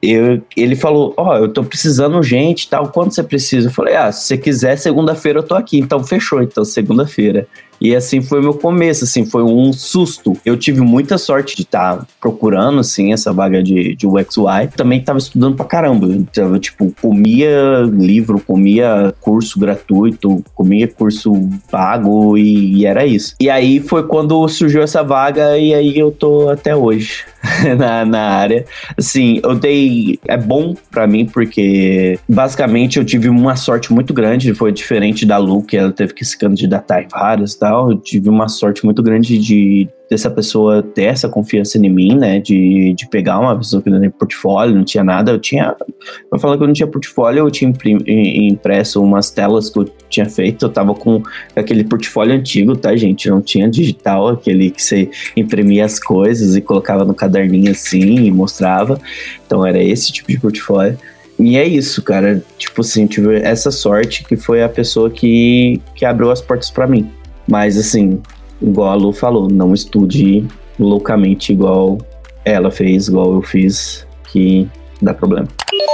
S4: ele falou, eu tô precisando urgente e tal, quando você precisa? Eu falei, se você quiser, segunda-feira eu tô aqui. Então, fechou, então, segunda-feira. E assim foi o meu começo, assim, foi um susto. Eu tive muita sorte de estar procurando, assim, essa vaga de UX UI. Também estava estudando pra caramba. Então, tipo, comia livro, comia curso gratuito, comia curso pago e era isso. E aí foi quando surgiu essa vaga e aí eu tô até hoje na área. Assim, é bom pra mim porque basicamente eu tive uma sorte muito grande, foi diferente da Lu, que ela teve que se candidatar em várias e tal. Eu tive uma sorte muito grande dessa pessoa ter essa confiança em mim, né, de pegar uma pessoa que não tinha portfólio, não tinha nada. Pra falar que eu não tinha portfólio, eu tinha impresso umas telas que eu tinha feito, eu tava com aquele portfólio antigo, tá, gente? Não tinha digital, aquele que você imprimia as coisas e colocava no caderninho assim e mostrava. Então era esse tipo de portfólio. E é isso, cara. Tipo assim, tive essa sorte que foi a pessoa que abriu as portas pra mim. Mas assim, igual a Lu falou, não estude loucamente igual ela fez, igual eu fiz, que dá problema.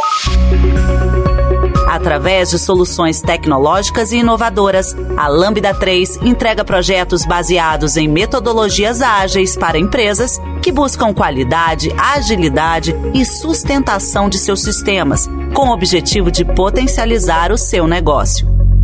S1: Através de soluções tecnológicas e inovadoras, a Lambda 3 entrega projetos baseados em metodologias ágeis para empresas que buscam qualidade, agilidade e sustentação de seus sistemas, com o objetivo de potencializar o seu negócio.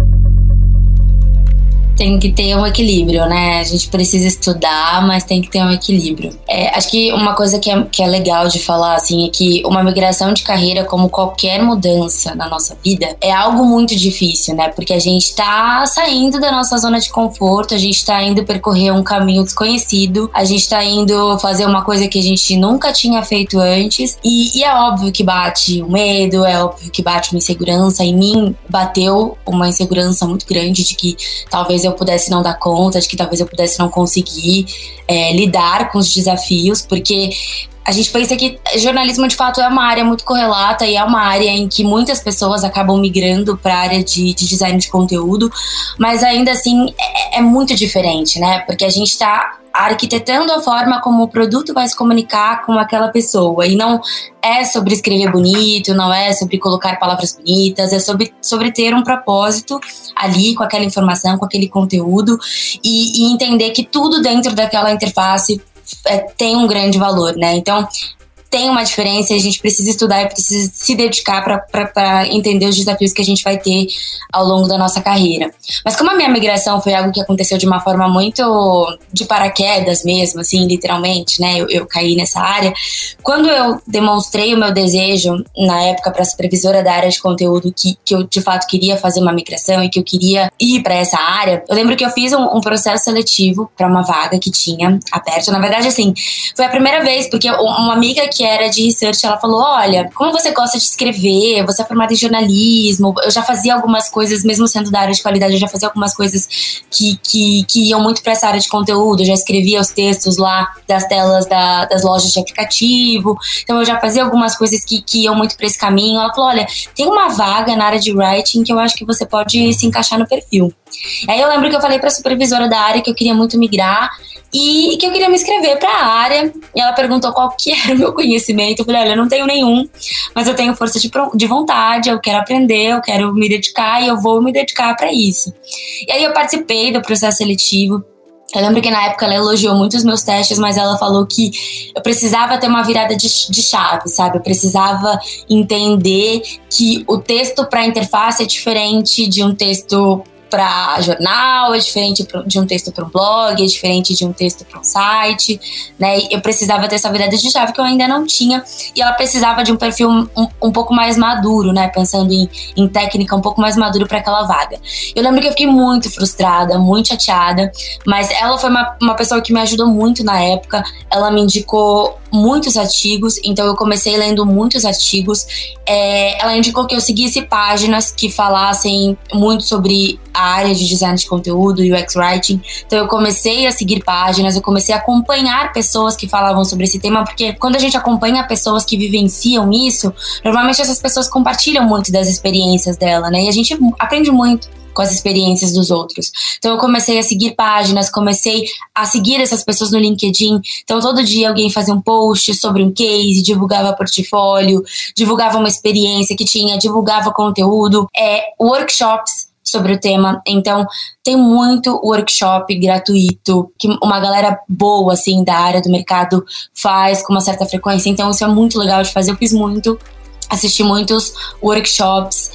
S3: Tem que ter um equilíbrio, né? A gente precisa estudar, mas tem que ter um equilíbrio. Acho que uma coisa que é legal de falar, assim, é que uma migração de carreira, como qualquer mudança na nossa vida, é algo muito difícil, né? Porque a gente tá saindo da nossa zona de conforto, a gente tá indo percorrer um caminho desconhecido, a gente tá indo fazer uma coisa que a gente nunca tinha feito antes, e é óbvio que bate o medo, é óbvio que bate uma insegurança. Em mim bateu uma insegurança muito grande de que talvez eu pudesse não dar conta, de que talvez eu pudesse não conseguir lidar com os desafios, porque a gente pensa que jornalismo de fato é uma área muito correlata e é uma área em que muitas pessoas acabam migrando para a área de design de conteúdo, mas ainda assim é muito diferente, né? Porque a gente está arquitetando a forma como o produto vai se comunicar com aquela pessoa, e não é sobre escrever bonito, não é sobre colocar palavras bonitas, é sobre ter um propósito ali com aquela informação, com aquele conteúdo, e entender que tudo dentro daquela interface tem um grande valor, né? Então tem uma diferença e a gente precisa estudar e precisa se dedicar para entender os desafios que a gente vai ter ao longo da nossa carreira. Mas como a minha migração foi algo que aconteceu de uma forma muito de paraquedas mesmo, assim, literalmente, né? Eu caí nessa área. Quando eu demonstrei o meu desejo, na época, para a supervisora da área de conteúdo, que eu de fato queria fazer uma migração e que eu queria ir para essa área, eu lembro que eu fiz um processo seletivo para uma vaga que tinha aberto. Na verdade, assim, foi a primeira vez, porque uma amiga que era de research, ela falou, olha, como você gosta de escrever, você é formada em jornalismo, eu já fazia algumas coisas, mesmo sendo da área de qualidade, eu já fazia algumas coisas que iam muito para essa área de conteúdo, eu já escrevia os textos lá das telas das lojas de aplicativo, então eu já fazia algumas coisas que iam muito para esse caminho. Ela falou, olha, tem uma vaga na área de writing que eu acho que você pode se encaixar no perfil. Aí eu lembro que eu falei para a supervisora da área que eu queria muito migrar e que eu queria me inscrever para a área, e ela perguntou qual que era o meu conhecimento. Eu falei, olha, eu não tenho nenhum, mas eu tenho força de vontade, eu quero aprender, eu quero me dedicar e eu vou me dedicar para isso. E aí eu participei do processo seletivo. Eu lembro que na época ela elogiou muito os meus testes, mas ela falou que eu precisava ter uma virada de chave, sabe? Eu precisava entender que o texto para interface é diferente de um texto para jornal, é diferente de um texto para um blog, é diferente de um texto para um site, né? Eu precisava ter essa virada de chave que eu ainda não tinha, e ela precisava de um perfil um pouco mais maduro, né? Pensando em técnica um pouco mais maduro para aquela vaga. Eu lembro que eu fiquei muito frustrada, muito chateada, mas ela foi uma pessoa que me ajudou muito na época. Ela me indicou muitos artigos, então eu comecei lendo muitos artigos. Ela indicou que eu seguisse páginas que falassem muito sobre a área de design de conteúdo, UX Writing. Então eu comecei a seguir páginas, eu comecei a acompanhar pessoas que falavam sobre esse tema, porque quando a gente acompanha pessoas que vivenciam isso, normalmente essas pessoas compartilham muito das experiências dela, né? E a gente aprende muito com as experiências dos outros. Então eu comecei a seguir páginas, comecei a seguir essas pessoas no LinkedIn. Então todo dia alguém fazia um post sobre um case, divulgava portfólio, divulgava uma experiência que tinha, divulgava conteúdo, workshops sobre o tema. Então tem muito workshop gratuito que uma galera boa assim da área do mercado faz com uma certa frequência. Então isso é muito legal de fazer. Eu fiz muito, assisti muitos workshops,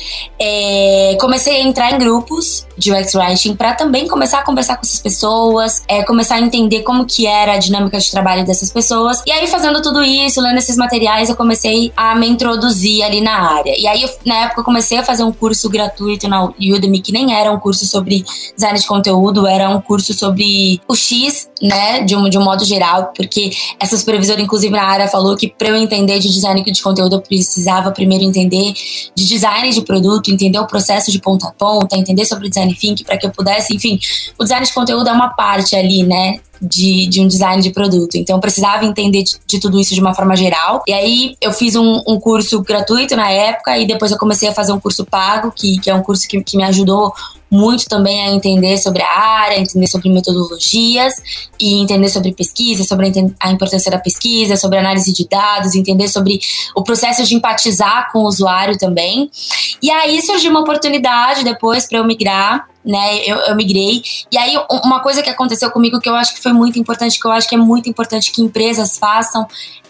S3: comecei a entrar em grupos de UX Writing para também começar a conversar com essas pessoas, começar a entender como que era a dinâmica de trabalho dessas pessoas. E aí, fazendo tudo isso, lendo esses materiais, eu comecei a me introduzir ali na área. E aí, na época, eu comecei a fazer um curso gratuito na Udemy, que nem era um curso sobre design de conteúdo, era um curso sobre o X, né, de um modo geral, porque essa supervisora, inclusive, na área, falou que para eu entender de design de conteúdo, eu precisava primeiro entender de design de produto, entender o processo de ponta a ponta, entender sobre design thinking, para que eu pudesse, enfim, o design de conteúdo é uma parte ali, né, de um design de produto. Então eu precisava entender de tudo isso de uma forma geral. E aí eu fiz um curso gratuito na época e depois eu comecei a fazer um curso pago, que é um curso que me ajudou muito também a entender sobre a área, entender sobre metodologias e entender sobre pesquisa, sobre a importância da pesquisa, sobre análise de dados, entender sobre o processo de empatizar com o usuário também. E aí surgiu uma oportunidade depois para eu migrar, né, eu migrei. E aí uma coisa que aconteceu comigo que eu acho que foi muito importante, que eu acho que é muito importante que empresas façam,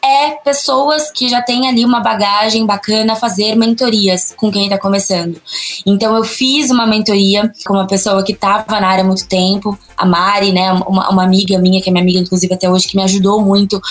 S3: pessoas que já têm ali uma bagagem bacana fazer mentorias com quem está começando. Então eu fiz uma mentoria com uma pessoa que estava na área há muito tempo, a Mari, né, uma amiga minha, que é minha amiga inclusive até hoje, que me ajudou muito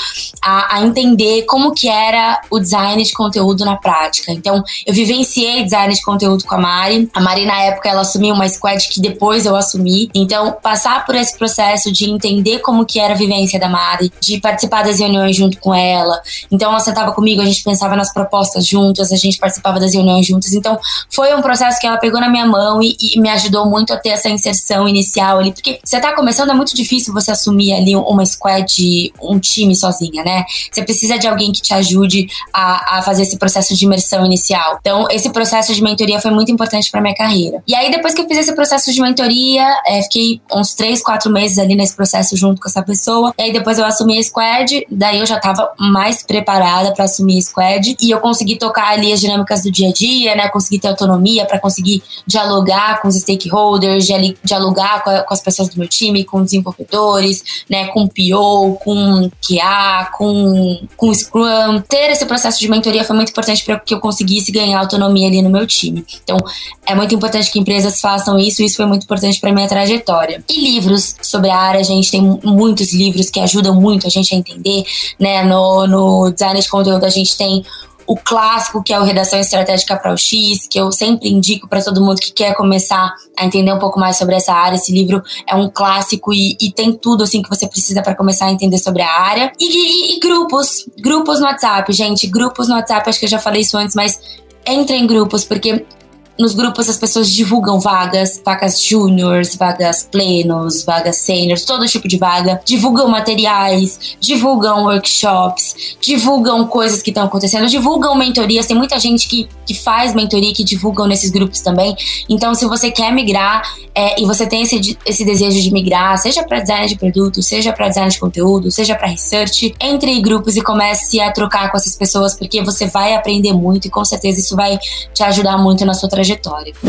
S3: a entender como que era o design de conteúdo na prática. Então eu vivenciei design de conteúdo com a Mari. A Mari na época ela assumiu uma squad que depois eu assumi. Então passar por esse processo de entender como que era a vivência da Mari, de participar das reuniões junto com ela. Então ela sentava comigo, a gente pensava nas propostas juntas, a gente participava das reuniões juntas. Então foi um processo que ela pegou na minha mão e me ajudou muito a ter essa inserção inicial ali, porque você tá começando, é muito difícil você assumir ali uma squad, um time sozinha, né? Você precisa de alguém que te ajude a fazer esse processo de imersão inicial. Então esse processo de mentoria foi muito importante pra minha carreira. E aí depois que eu fiz esse processo de mentoria, fiquei uns 3-4 meses ali nesse processo junto com essa pessoa. E aí depois eu assumi a squad, daí eu já tava mais preparada para assumir a squad e eu consegui tocar ali as dinâmicas do dia a dia, né? Consegui ter autonomia para conseguir dialogar com os stakeholders, dialogar com as pessoas do meu time, com desenvolvedores, né? Com PO, com QA, com Scrum. Ter esse processo de mentoria foi muito importante para que eu conseguisse ganhar autonomia ali no meu time. Então, é muito importante que empresas façam isso. Isso foi muito importante para minha trajetória. E livros sobre a área, a gente tem muitos livros que ajudam muito a gente a entender, né? No design de conteúdo a gente tem o clássico, que é o Redação Estratégica para o X, que eu sempre indico para todo mundo que quer começar a entender um pouco mais sobre essa área. Esse livro é um clássico e tem tudo assim que você precisa para começar a entender sobre a área. E grupos no WhatsApp, gente. Grupos no WhatsApp, acho que eu já falei isso antes, mas entre em grupos, porque nos grupos as pessoas divulgam vagas júniors, vagas plenos, vagas sêniors, todo tipo de vaga, divulgam materiais, divulgam workshops, divulgam coisas que estão acontecendo, divulgam mentorias. Tem muita gente que faz mentoria, que divulgam nesses grupos também. Então, se você quer migrar e você tem esse desejo de migrar, seja para design de produto, seja para design de conteúdo, seja para research, entre em grupos e comece a trocar com essas pessoas, porque você vai aprender muito e com certeza isso vai te ajudar muito na sua trajetória.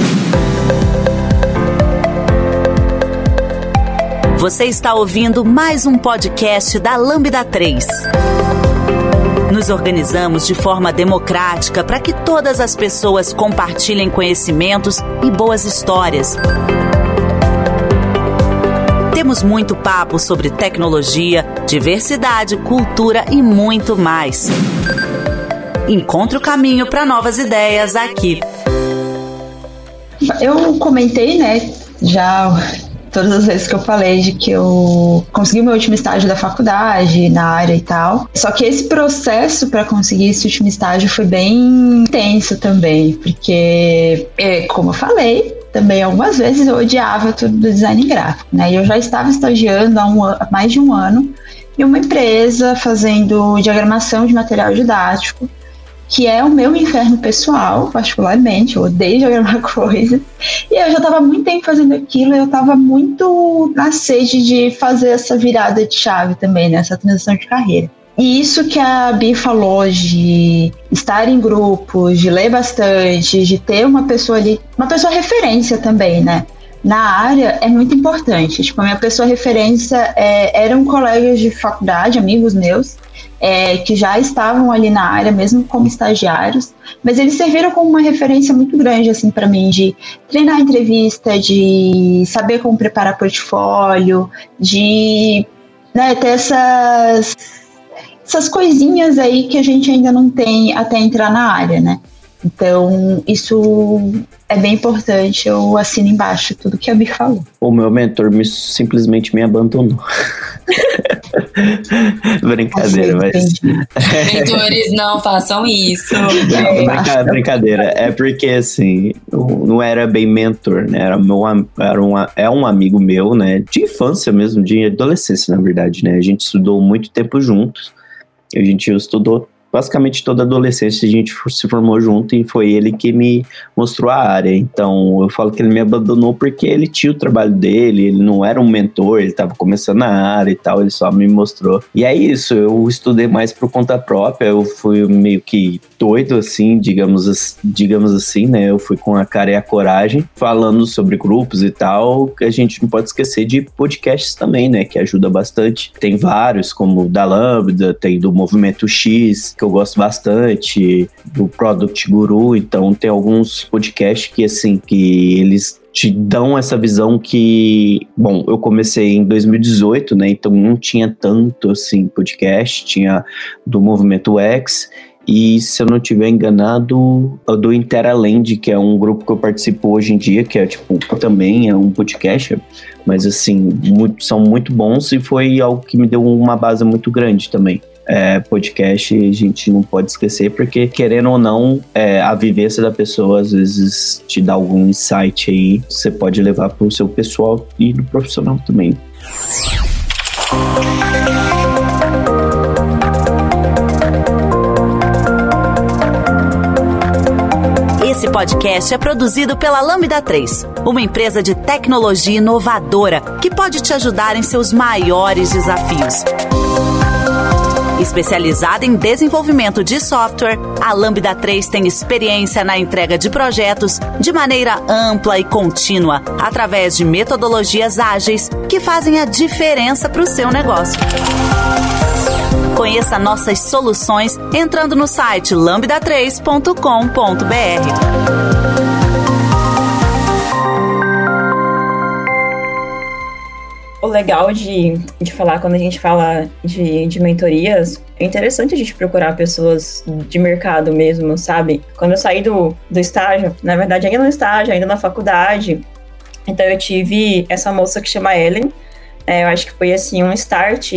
S1: Você está ouvindo mais um podcast da Lambda 3. Nos organizamos de forma democrática para que todas as pessoas compartilhem conhecimentos e boas histórias. Temos muito papo sobre tecnologia, diversidade, cultura e muito mais. Encontre o caminho para novas ideias aqui.
S2: Eu comentei, né, já todas as vezes que eu falei de que eu consegui o meu último estágio da faculdade, na área e tal. Só que esse processo para conseguir esse último estágio foi bem intenso também, porque, como eu falei, também algumas vezes eu odiava tudo do design gráfico, né? E eu já estava estagiando há mais de um ano em uma empresa fazendo diagramação de material didático. que é o meu inferno pessoal, particularmente. Eu odeio diagramar coisas. E eu já estava há muito tempo fazendo aquilo, eu estava muito na sede de fazer essa virada de chave também, nessa transição de carreira. E isso que a Bi falou de estar em grupos, de ler bastante, de ter uma pessoa ali, uma pessoa referência também, né? Na área é muito importante. Tipo, a minha pessoa referência eram colegas de faculdade, amigos meus, que já estavam ali na área, mesmo como estagiários, mas eles serviram como uma referência muito grande, assim, para mim, de treinar entrevista, de saber como preparar portfólio, de, né, ter essas coisinhas aí que a gente ainda não tem até entrar na área, né? Então, isso é bem importante, eu assino embaixo tudo que a Bi falou.
S4: O meu mentor simplesmente me abandonou. Brincadeira, mas...
S3: Mentores, não façam isso.
S4: Brincadeira. É porque, assim, não era bem mentor, né? É um amigo meu, né? De infância mesmo, de adolescência, na verdade, né? A gente estudou muito tempo juntos. A gente estudou basicamente toda a adolescência, a gente se formou junto e foi ele que me mostrou a área. Então eu falo que ele me abandonou porque ele tinha o trabalho dele, ele não era um mentor, ele estava começando na área e tal, ele só me mostrou. E é isso, eu estudei mais por conta própria, eu fui meio que doido assim, digamos assim, né? Eu fui com a cara e a coragem, falando sobre grupos e tal, que a gente não pode esquecer de podcasts também, né? Que ajuda bastante. Tem vários, como o da Lambda, tem do Movimento X, que eu gosto bastante, do Product Guru. Então tem alguns podcasts que, assim, que eles te dão essa visão que... Bom, eu comecei em 2018, né? Então não tinha tanto, assim, podcast. Tinha do Movimento X e, se eu não estiver enganado, do Interaland, que é um grupo que eu participo hoje em dia, que é, tipo, também é um podcast, mas, assim, são muito bons e foi algo que me deu uma base muito grande também. Podcast a gente não pode esquecer, porque, querendo ou não, a vivência da pessoa às vezes te dá algum insight aí, você pode levar pro seu pessoal e no profissional também.
S1: Esse podcast é produzido pela Lambda 3, uma empresa de tecnologia inovadora que pode te ajudar em seus maiores desafios. Especializada em desenvolvimento de software, a Lambda 3 tem experiência na entrega de projetos de maneira ampla e contínua, através de metodologias ágeis que fazem a diferença para o seu negócio. Conheça nossas soluções entrando no site lambda3.com.br.
S7: O legal de falar, quando a gente fala de mentorias, é interessante a gente procurar pessoas de mercado mesmo, sabe? Quando eu saí do estágio, na verdade ainda no estágio, ainda na faculdade, então eu tive essa moça que chama Ellen, eu acho que foi assim um start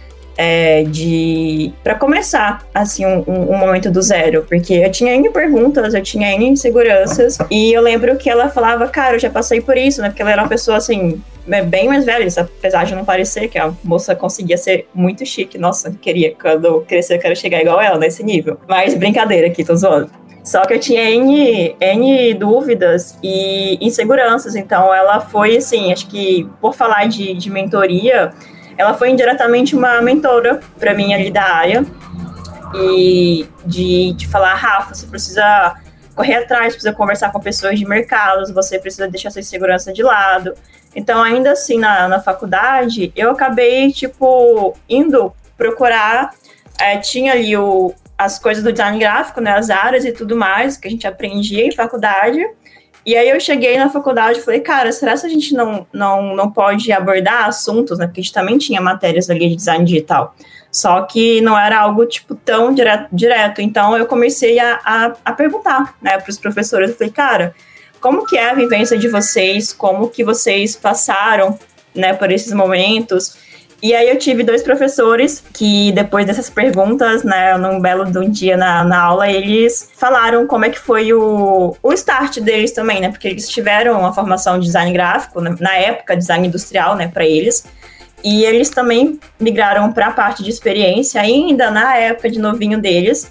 S7: para começar assim um momento do zero, porque eu tinha N perguntas, eu tinha N inseguranças, e eu lembro que ela falava, cara, eu já passei por isso, né? Porque ela era uma pessoa assim, bem mais velha, apesar de não parecer, que a moça conseguia ser muito chique. Nossa, quando eu crescer eu quero chegar igual ela nesse nível. Mas brincadeira aqui, tô zoando. Só que eu tinha N dúvidas e inseguranças, então ela foi assim, acho que por falar de mentoria, ela foi indiretamente uma mentora para mim ali da área, e de falar, Rafa, você precisa correr atrás, precisa conversar com pessoas de mercados, você precisa deixar sua insegurança de lado. Então, ainda assim, na faculdade, eu acabei, indo procurar, tinha ali as coisas do design gráfico, né, as áreas e tudo mais, que a gente aprendia em faculdade. E aí eu cheguei na faculdade e falei, cara, será que a gente não pode abordar assuntos, né? Porque a gente também tinha matérias ali de design digital. Só que não era algo, tão direto. Então eu comecei a perguntar, né, para os professores. Eu falei, cara, como que é a vivência de vocês? Como que vocês passaram, né, por esses momentos? E aí eu tive 2 professores que, depois dessas perguntas, né, num belo de um dia na aula, eles falaram como é que foi o start deles também, né? Porque eles tiveram uma formação de design gráfico, né, na época, design industrial, né, para eles. E eles também migraram para a parte de experiência, ainda na época de novinho deles.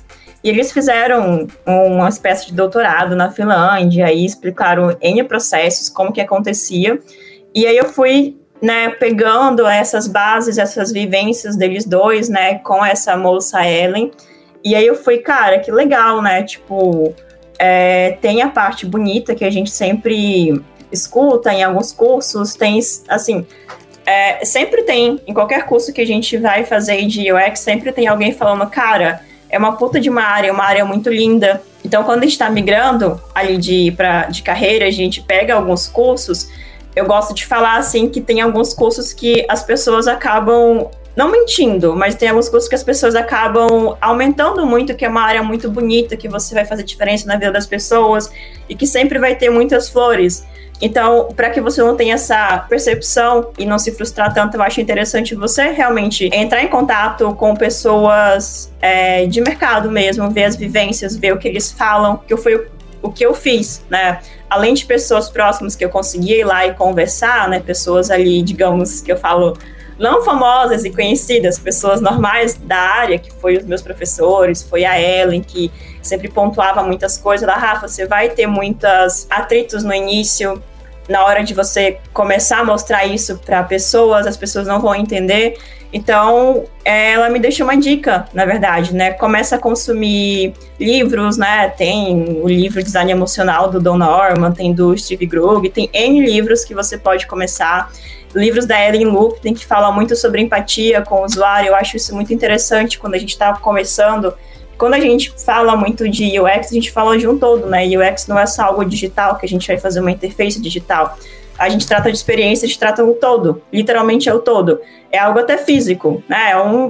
S7: E eles fizeram uma espécie de doutorado na Finlândia e explicaram N processos, como que acontecia. E aí eu fui, né, pegando essas bases, essas vivências deles dois, né, com essa moça Ellen. E aí eu fui, cara, que legal, né? Tipo, tem a parte bonita que a gente sempre escuta em alguns cursos, tem, assim... sempre tem, em qualquer curso que a gente vai fazer de UX, sempre tem alguém falando, cara, é uma puta de uma área muito linda. Então, quando a gente tá migrando ali de carreira, a gente pega alguns cursos, eu gosto de falar, assim, que tem alguns cursos que as pessoas acabam, não mentindo, mas tem alguns cursos que as pessoas acabam aumentando muito, que é uma área muito bonita, que você vai fazer diferença na vida das pessoas e que sempre vai ter muitas flores. Então, para que você não tenha essa percepção e não se frustrar tanto, eu acho interessante você realmente entrar em contato com pessoas de mercado mesmo, ver as vivências, ver o que eles falam, que foi o que eu fiz, né? Além de pessoas próximas que eu conseguia ir lá e conversar, né? Pessoas ali, digamos, que eu falo, não famosas e conhecidas, pessoas normais da área, que foi os meus professores, foi a Ellen, que sempre pontuava muitas coisas lá, Rafa, você vai ter muitos atritos no início, na hora de você começar a mostrar isso para pessoas, as pessoas não vão entender. Então, ela me deixou uma dica, na verdade, né? Começa a consumir livros, né? Tem o livro Design Emocional do Don Norman, tem do Steve Krug, tem N livros que você pode começar. Livros da Ellen Lupton, que falam muito sobre empatia com o usuário. Eu acho isso muito interessante quando a gente está começando. Quando a gente fala muito de UX, a gente fala de um todo, né? UX não é só algo digital, que a gente vai fazer uma interface digital. A gente trata de experiência, a gente trata o todo. Literalmente é o todo. É algo até físico, né? É um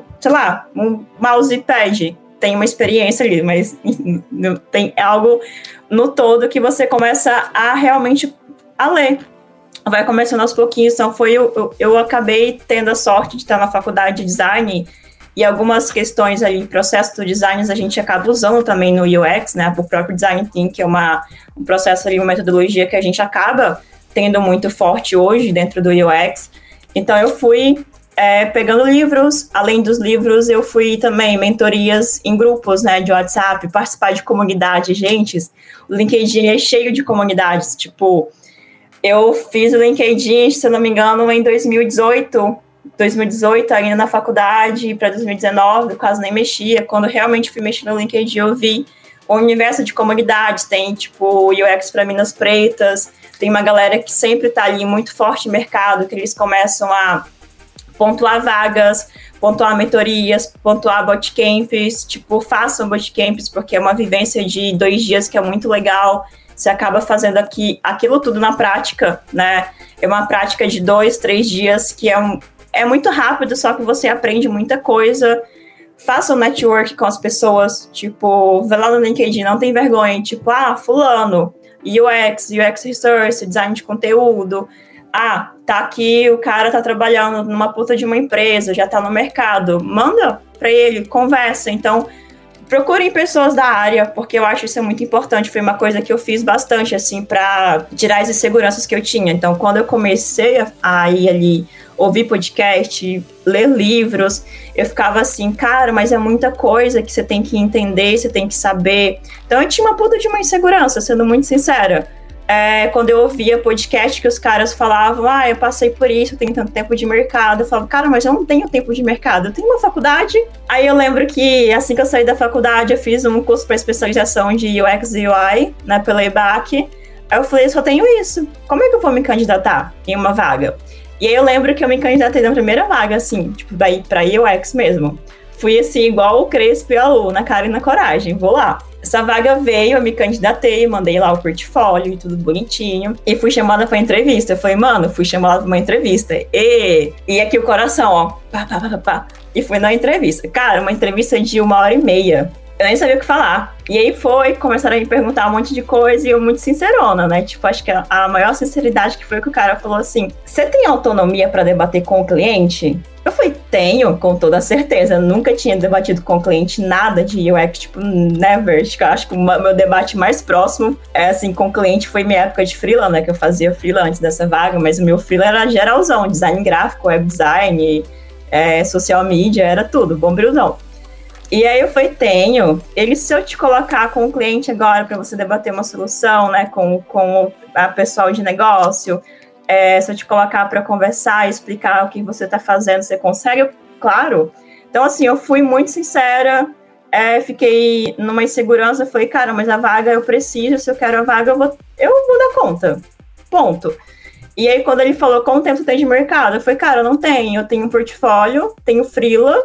S7: mousepad. Tem uma experiência ali, mas tem algo no todo que você começa a realmente a ler. Vai começando aos pouquinhos. Então, eu acabei tendo a sorte de estar na faculdade de design e algumas questões ali, processo do design, a gente acaba usando também no UX, né? O próprio design thinking, que é um processo ali, uma metodologia que a gente acaba tendo muito forte hoje dentro do UX. Então, eu fui pegando livros. Além dos livros, eu fui também mentorias em grupos, né, de WhatsApp, participar de comunidade. Gente, o LinkedIn é cheio de comunidades. Tipo, eu fiz o LinkedIn, se eu não me engano, em 2018, ainda na faculdade, para 2019, eu quase nem mexia. Quando realmente fui mexer no LinkedIn, eu vi o universo de comunidades. Tem, tipo, UX para Minas Pretas, tem uma galera que sempre está ali muito forte no mercado, que eles começam a pontuar vagas, pontuar mentorias, pontuar bootcamps, tipo, façam bootcamps, porque é uma vivência de 2 dias que é muito legal. Você acaba fazendo aquilo tudo na prática, né? É uma prática de 2, 3 dias que é muito rápido, só que você aprende muita coisa. Faça um network com as pessoas, tipo, vê lá no LinkedIn, não tem vergonha, tipo, fulano, UX Research, design de conteúdo, tá aqui, o cara tá trabalhando numa puta de uma empresa, já tá no mercado, manda pra ele, conversa. Então, procurem pessoas da área, porque eu acho isso é muito importante. Foi uma coisa que eu fiz bastante, assim, pra tirar as inseguranças que eu tinha. Então, quando eu comecei a ir ali, ouvir podcast, ler livros, eu ficava assim, cara, mas é muita coisa que você tem que entender, você tem que saber. Então, eu tinha uma puta de uma insegurança, sendo muito sincera. Quando eu ouvia podcast que os caras falavam, eu passei por isso, eu tenho tanto tempo de mercado, eu falava, cara, mas eu não tenho tempo de mercado, eu tenho uma faculdade. Aí eu lembro que assim que eu saí da faculdade, eu fiz um curso para especialização de UX e UI, né, pela EBAC. Aí eu falei, eu só tenho isso, como é que eu vou me candidatar em uma vaga? E aí eu lembro que eu me candidatei na primeira vaga, assim, tipo, daí pra UX mesmo. Fui assim, igual o Crespo e a Lu, na cara e na coragem, vou lá. Essa vaga veio, eu me candidatei, mandei lá o portfólio e tudo bonitinho. E fui chamada pra entrevista. Eu falei, mano, fui chamada pra uma entrevista. E aqui o coração, ó. Pá. E fui na entrevista. Cara, uma entrevista de 1h30. Eu nem sabia o que falar. E aí começaram a me perguntar um monte de coisa e eu muito sincerona, né? Tipo, acho que a maior sinceridade que foi que o cara falou assim, você tem autonomia pra debater com o cliente? Eu falei, tenho, com toda certeza. Eu nunca tinha debatido com o cliente nada de UX, tipo, never. Acho que o meu debate mais próximo assim, com o cliente foi minha época de freela, né? Que eu fazia freela antes dessa vaga, mas o meu freela era geralzão, design gráfico, web design, social media, era tudo, bombrilzão. E aí eu falei, tenho. Ele, se eu te colocar com o cliente agora para você debater uma solução, né, com a pessoal de negócio, se eu te colocar para conversar e explicar o que você está fazendo, você consegue? Claro. Então, assim, eu fui muito sincera, fiquei numa insegurança, falei, cara, mas a vaga eu preciso, se eu quero a vaga, eu vou dar conta. Ponto. E aí, quando ele falou, quanto tempo você tem de mercado? Eu falei, cara, eu não tenho. Eu tenho um portfólio, tenho freela,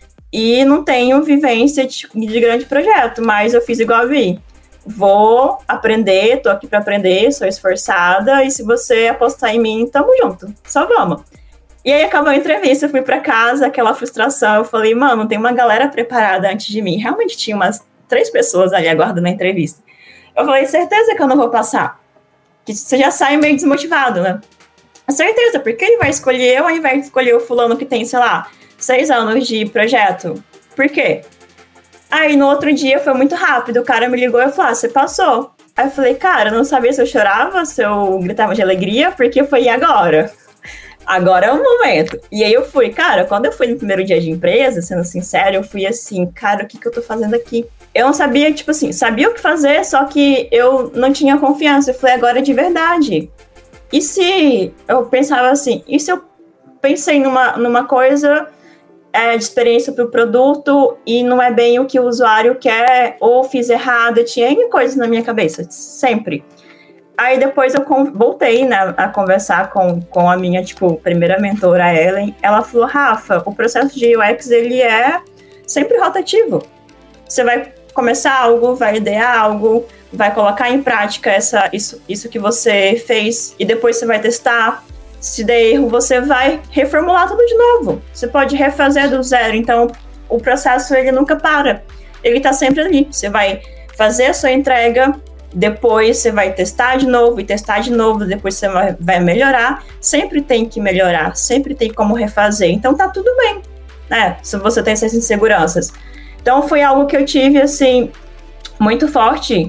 S7: e não tenho vivência de grande projeto, mas eu fiz igual a Vi. Vou aprender, tô aqui para aprender, sou esforçada, e se você apostar em mim, tamo junto, só vamos. E aí acabou a entrevista, eu fui para casa, aquela frustração, eu falei, mano, tem uma galera preparada antes de mim. Realmente tinha umas 3 pessoas ali aguardando a entrevista. Eu falei, certeza que eu não vou passar. Que você já sai meio desmotivado, né? Certeza, porque ele vai escolher eu, ao invés de escolher o fulano que tem, sei lá, 6 anos de projeto. Por quê? Aí, no outro dia, foi muito rápido. O cara me ligou e falou, você passou. Aí eu falei, cara, eu não sabia se eu chorava, se eu gritava de alegria, porque foi agora. Agora é o momento. E aí eu fui. Cara, quando eu fui no primeiro dia de empresa, sendo sincero, eu fui assim, cara, o que eu tô fazendo aqui? Eu não sabia, tipo assim, sabia o que fazer, só que eu não tinha confiança. Eu falei, agora é de verdade. E se eu pensava assim, e se eu pensei numa coisa de experiência para o produto e não é bem o que o usuário quer, ou fiz errado, tinha N coisas na minha cabeça, sempre. Aí depois eu voltei, né, a conversar com a minha, primeira mentora, a Ellen. Ela falou, Rafa, o processo de UX, ele é sempre rotativo. Você vai começar algo, vai idear algo, vai colocar em prática isso que você fez, e depois você vai testar. Se der erro, você vai reformular tudo de novo. Você pode refazer do zero. Então, o processo, ele nunca para. Ele tá sempre ali. Você vai fazer a sua entrega, depois você vai testar de novo, e testar de novo, depois você vai melhorar. Sempre tem que melhorar, sempre tem como refazer. Então, tá tudo bem, né? Se você tem essas inseguranças. Então, foi algo que eu tive, assim, muito forte,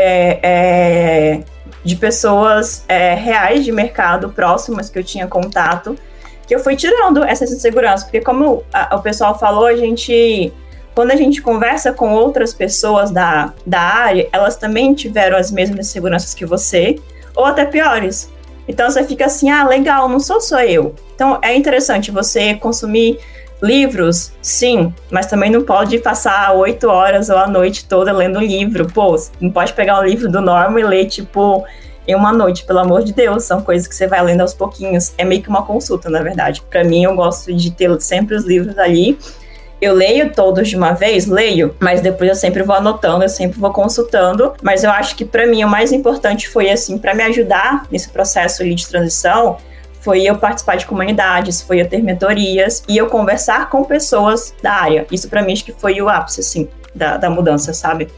S7: de pessoas reais de mercado, próximas, que eu tinha contato, que eu fui tirando essas inseguranças, porque como o pessoal falou, quando a gente conversa com outras pessoas da área, elas também tiveram as mesmas inseguranças que você, ou até piores. Então você fica assim, legal, não sou só eu. Então é interessante você consumir livros, sim, mas também não pode passar 8 horas ou a noite toda lendo um livro. Pô, não pode pegar um livro do Norman e ler, em uma noite, pelo amor de Deus. São coisas que você vai lendo aos pouquinhos. É meio que uma consulta, na verdade. Pra mim, eu gosto de ter sempre os livros ali. Eu leio todos de uma vez, mas depois eu sempre vou anotando, eu sempre vou consultando. Mas eu acho que pra mim o mais importante foi, assim, pra me ajudar nesse processo ali de transição, foi eu participar de comunidades, foi eu ter mentorias e eu conversar com pessoas da área. Isso pra mim acho que foi o ápice, assim, da mudança, sabe?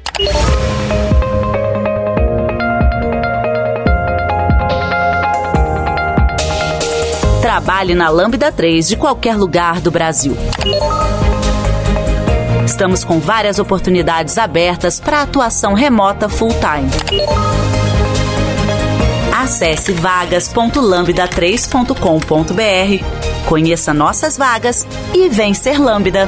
S1: Trabalhe na Lambda 3 de qualquer lugar do Brasil. Estamos com várias oportunidades abertas para atuação remota full-time. Acesse vagas.lambda3.com.br, conheça nossas vagas e vem ser Lambda.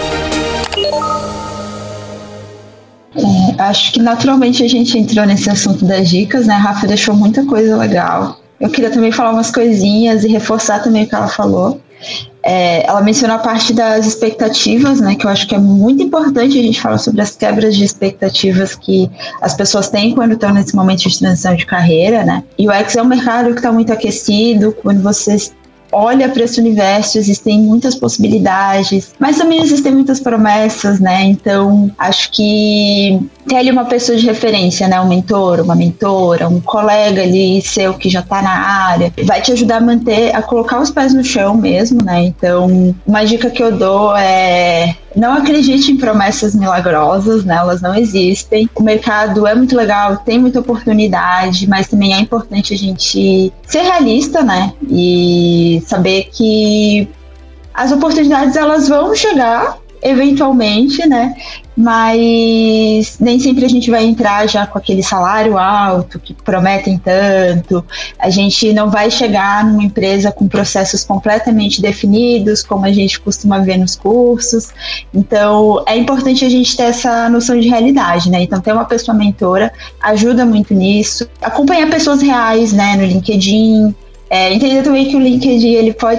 S2: Acho que naturalmente a gente entrou nesse assunto das dicas, né? A Rafa deixou muita coisa legal. Eu queria também falar umas coisinhas e reforçar também o que ela falou. Ela mencionou a parte das expectativas, né, que eu acho que é muito importante a gente falar sobre as quebras de expectativas que as pessoas têm quando estão nesse momento de transição de carreira, né? E o UX é um mercado que está muito aquecido. Quando vocês olha para esse universo, existem muitas possibilidades, mas também existem muitas promessas, né? Então, acho que ter ali uma pessoa de referência, né? Um mentor, uma mentora, um colega ali seu que já tá na área, vai te ajudar a colocar os pés no chão mesmo, né? Então, uma dica que eu dou é: não acredite em promessas milagrosas, né? Elas não existem. O mercado é muito legal, tem muita oportunidade, mas também é importante a gente ser realista, né? E saber que as oportunidades, elas vão chegar, eventualmente, né? Mas nem sempre a gente vai entrar já com aquele salário alto, que prometem tanto. A gente não vai chegar numa empresa com processos completamente definidos, como a gente costuma ver nos cursos. Então, é importante a gente ter essa noção de realidade, né? Então, ter uma pessoa mentora ajuda muito nisso. Acompanhar pessoas reais, né, no LinkedIn. Entender também que o LinkedIn,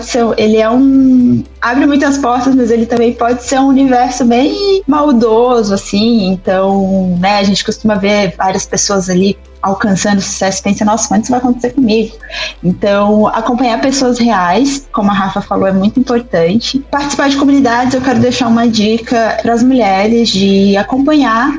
S2: abre muitas portas, mas ele também pode ser um universo bem maldoso, assim. Então, né, a gente costuma ver várias pessoas ali alcançando sucesso e pensa, nossa, quando isso vai acontecer comigo? Então, acompanhar pessoas reais, como a Rafa falou, é muito importante. Participar de comunidades, eu quero deixar uma dica para as mulheres de acompanhar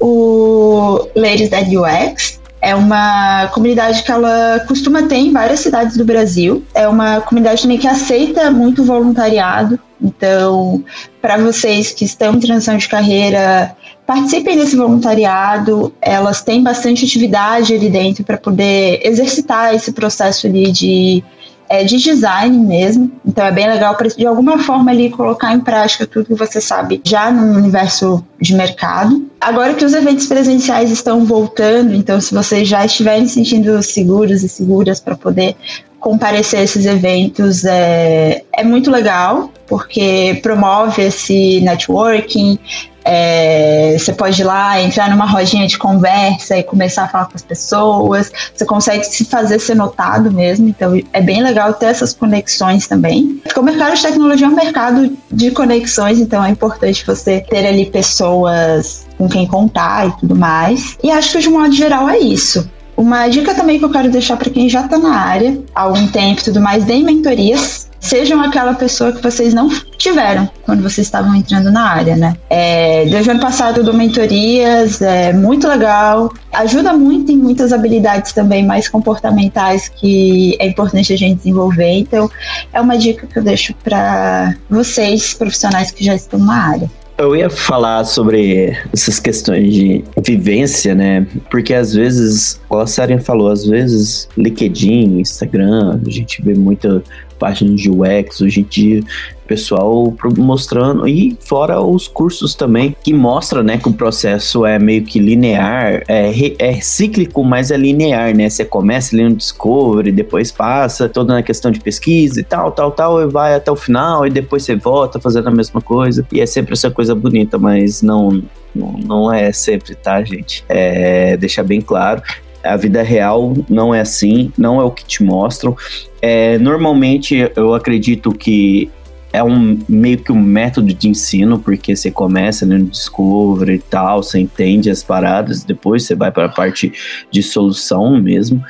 S2: o Ladies That UX. É uma comunidade que ela costuma ter em várias cidades do Brasil. É uma comunidade também que aceita muito voluntariado. Então, para vocês que estão em transição de carreira, participem desse voluntariado. Elas têm bastante atividade ali dentro para poder exercitar esse processo ali de design mesmo. Então é bem legal para, de alguma forma, ali colocar em prática tudo que você sabe já no universo de mercado. Agora que os eventos presenciais estão voltando, então se vocês já estiverem se sentindo seguros e seguras para poder comparecer a esses eventos, é muito legal, porque promove esse networking. Você pode ir lá, entrar numa rodinha de conversa e começar a falar com as pessoas. Você consegue se fazer ser notado mesmo. Então é bem legal ter essas conexões também. Porque o mercado de tecnologia é um mercado de conexões, então é importante você ter ali pessoas com quem contar e tudo mais. E acho que de modo geral é isso. Uma dica também que eu quero deixar para quem já está na área há algum tempo e tudo mais, deem mentorias. Sejam aquela pessoa que vocês não tiveram quando vocês estavam entrando na área, né? Desde o ano passado eu dou mentorias, é muito legal, ajuda muito em muitas habilidades também mais comportamentais que é importante a gente desenvolver. Então, é uma dica que eu deixo para vocês, profissionais que já estão na área.
S4: Eu ia falar sobre essas questões de vivência, né? Porque às vezes, como a Sarinha falou, às vezes LinkedIn, Instagram, a gente vê muita página de UX hoje em dia, pessoal mostrando, e fora os cursos também, que mostra, né, que o processo é meio que linear, é cíclico, mas é linear, né? Você começa ali no Discovery, depois passa toda na questão de pesquisa e tal, e vai até o final, e depois você volta fazendo a mesma coisa, e é sempre essa coisa bonita, mas não é sempre, tá, gente? Deixar bem claro. A vida real não é assim, não é o que te mostram. Normalmente, eu acredito que é meio que um método de ensino, porque você começa ali no Discovery e tal, você entende as paradas, depois você vai para a parte de solução mesmo.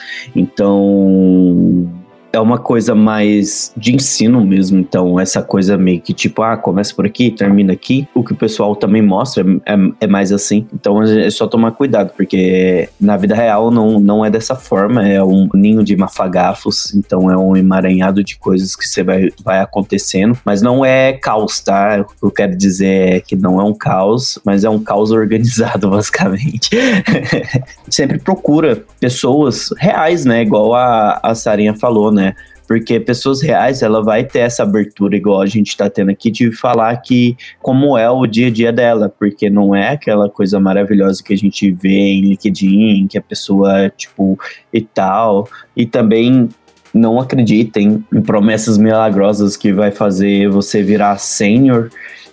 S4: Então, é uma coisa mais de ensino mesmo. Então, essa coisa meio que tipo, começa por aqui, termina aqui. O que o pessoal também mostra é mais assim. Então, é só tomar cuidado, porque na vida real não é dessa forma. É um ninho de mafagafos. Então, é um emaranhado de coisas que você vai acontecendo. Mas não é caos, tá? O que eu quero dizer é que não é um caos, mas é um caos organizado, basicamente. Sempre procura pessoas reais, né? Igual a Sarinha falou, né? Porque pessoas reais, ela vai ter essa abertura, igual a gente tá tendo aqui, de falar que como é o dia a dia dela, porque não é aquela coisa maravilhosa que a gente vê em LinkedIn, que a pessoa, tipo, e tal. E também não acreditem em promessas milagrosas que vai fazer você virar sênior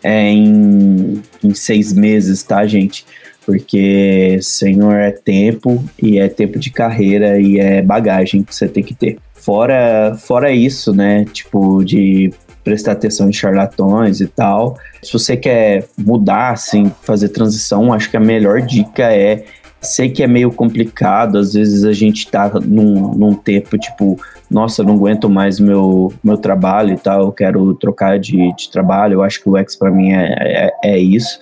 S4: em 6 meses, tá, gente? Porque sênior é tempo, e é tempo de carreira, e é bagagem que você tem que ter. Fora isso, né, tipo, de prestar atenção em charlatões e tal. Se você quer mudar, assim, fazer transição, acho que a melhor dica sei que é meio complicado, às vezes a gente tá num tempo, tipo, nossa, eu não aguento mais meu trabalho e tal, eu quero trocar de trabalho. Eu acho que o UX pra mim é isso.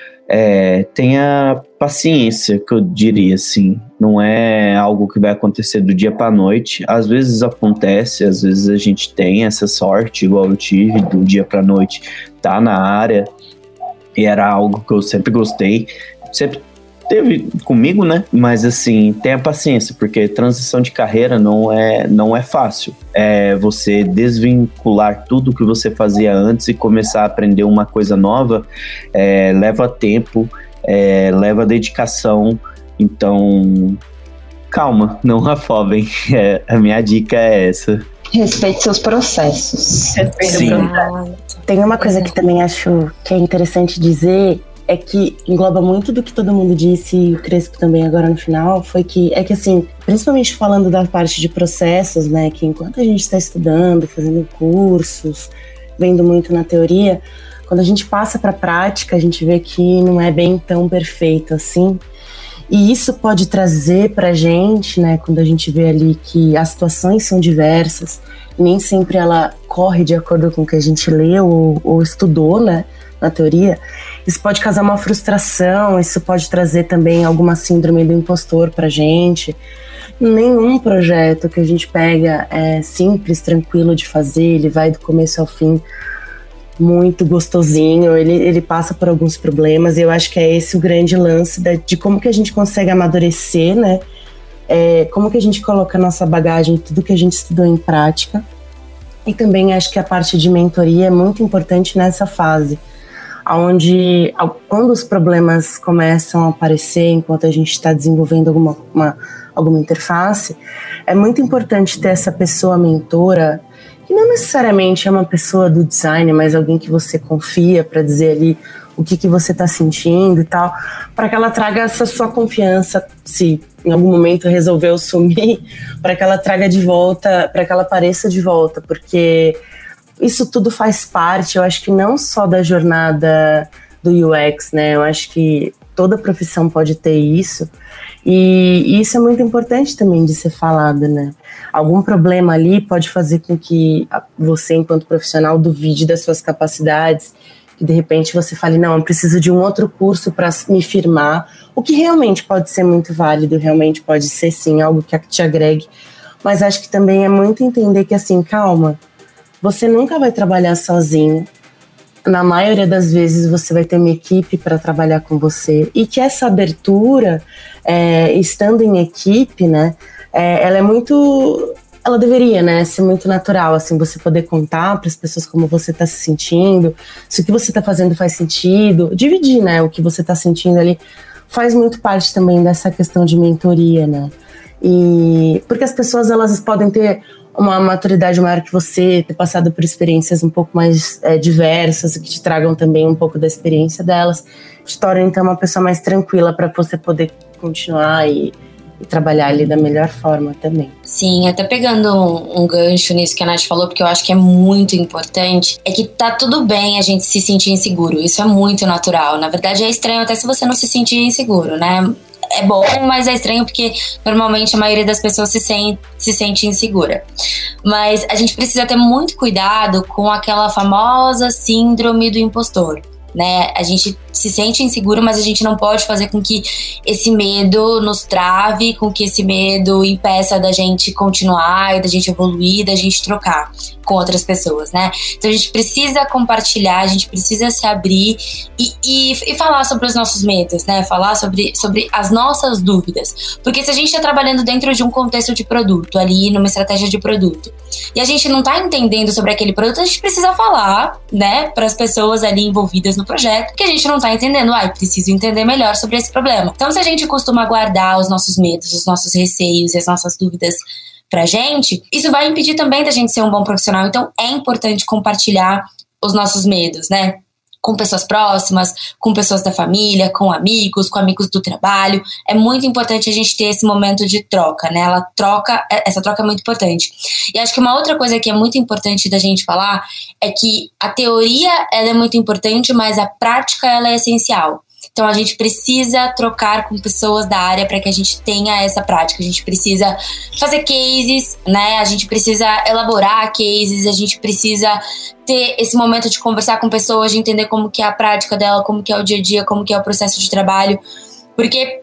S4: Tenha paciência, que eu diria assim. Não é algo que vai acontecer do dia pra noite. Às vezes acontece, às vezes a gente tem essa sorte, igual eu tive, do dia pra noite tá na área, e era algo que eu sempre gostei. Sempre teve comigo, né? Mas assim, tenha paciência, porque transição de carreira não é fácil. É você desvincular tudo que você fazia antes e começar a aprender uma coisa nova, leva tempo, leva dedicação. Então, calma, não afobem. A minha dica é essa.
S2: Respeite seus processos.
S4: Sim.
S6: Tem uma coisa que também acho que é interessante dizer, é que engloba muito do que todo mundo disse, e o Crespo também agora no final, é que assim, principalmente falando da parte de processos, né, que enquanto a gente está estudando, fazendo cursos, vendo muito na teoria, quando a gente passa para a prática, a gente vê que não é bem tão perfeito assim. E isso pode trazer para a gente, né, quando a gente vê ali que as situações são diversas, e nem sempre ela corre de acordo com o que a gente leu ou estudou, né, na teoria, isso pode causar uma frustração, isso pode trazer também alguma síndrome do impostor pra gente. Nenhum projeto que a gente pega é simples, tranquilo de fazer, ele vai do começo ao fim muito gostosinho, ele passa por alguns problemas, e eu acho que é esse o grande lance de como que a gente consegue amadurecer, né? Como que a gente coloca a nossa bagagem, tudo que a gente estudou em prática. E também acho que a parte de mentoria é muito importante nessa fase, onde quando os problemas começam a aparecer enquanto a gente está desenvolvendo alguma interface, é muito importante ter essa pessoa mentora, que não necessariamente é uma pessoa do design, mas alguém que você confia para dizer ali o que você está sentindo e tal, para que ela traga essa sua confiança, se em algum momento resolveu sumir, para que ela traga de volta, para que ela apareça de volta, porque isso tudo faz parte, eu acho que não só da jornada do UX, né? Eu acho que toda profissão pode ter isso, e isso é muito importante também de ser falado, né? Algum problema ali pode fazer com que você, enquanto profissional, duvide das suas capacidades, que de repente você fale, não, eu preciso de um outro curso para me firmar, o que realmente pode ser muito válido, realmente pode ser sim algo que te agregue, mas acho que também é muito entender que assim, calma, você nunca vai trabalhar sozinho, na maioria das vezes você vai ter uma equipe para trabalhar com você, e que essa abertura, estando em equipe, né, ela deveria, né, ser muito natural, assim, você poder contar para as pessoas como você está se sentindo, se o que você está fazendo faz sentido, dividir, né, o que você está sentindo ali, faz muito parte também dessa questão de mentoria, né, e porque as pessoas, elas podem ter uma maturidade maior que você, ter passado por experiências um pouco mais diversas, que te tragam também um pouco da experiência delas, te tornam então uma pessoa mais tranquila para você poder continuar e trabalhar ali da melhor forma também.
S3: Sim, até pegando um gancho nisso que a Nath falou, porque eu acho que é muito importante, é que tá tudo bem a gente se sentir inseguro, isso é muito natural, na verdade é estranho até se você não se sentir inseguro, né? É bom, mas é estranho porque normalmente a maioria das pessoas se sente insegura. Mas a gente precisa ter muito cuidado com aquela famosa síndrome do impostor, né? A gente se sente inseguro, mas a gente não pode fazer com que esse medo nos trave, com que esse medo impeça da gente continuar, da gente evoluir, da gente trocar com outras pessoas, né? Então a gente precisa compartilhar, a gente precisa se abrir e falar sobre os nossos medos, né? Falar sobre as nossas dúvidas. Porque se a gente está trabalhando dentro de um contexto de produto, ali numa estratégia de produto, e a gente não está entendendo sobre aquele produto, a gente precisa falar, né, para as pessoas ali envolvidas no projeto, que a gente não tá entendendo, preciso entender melhor sobre esse problema. Então, se a gente costuma guardar os nossos medos, os nossos receios e as nossas dúvidas pra gente, isso vai impedir também da gente ser um bom profissional. Então, é importante compartilhar os nossos medos, né? Com pessoas próximas, com pessoas da família, com amigos do trabalho. É muito importante a gente ter esse momento de troca, né? Essa troca é muito importante. E acho que uma outra coisa que é muito importante da gente falar é que a teoria, ela é muito importante, mas a prática, ela é essencial. Então a gente precisa trocar com pessoas da área para que a gente tenha essa prática. A gente precisa fazer cases, né? A gente precisa elaborar cases, a gente precisa ter esse momento de conversar com pessoas, de entender como que é a prática dela, como que é o dia a dia, como que é o processo de trabalho. Porque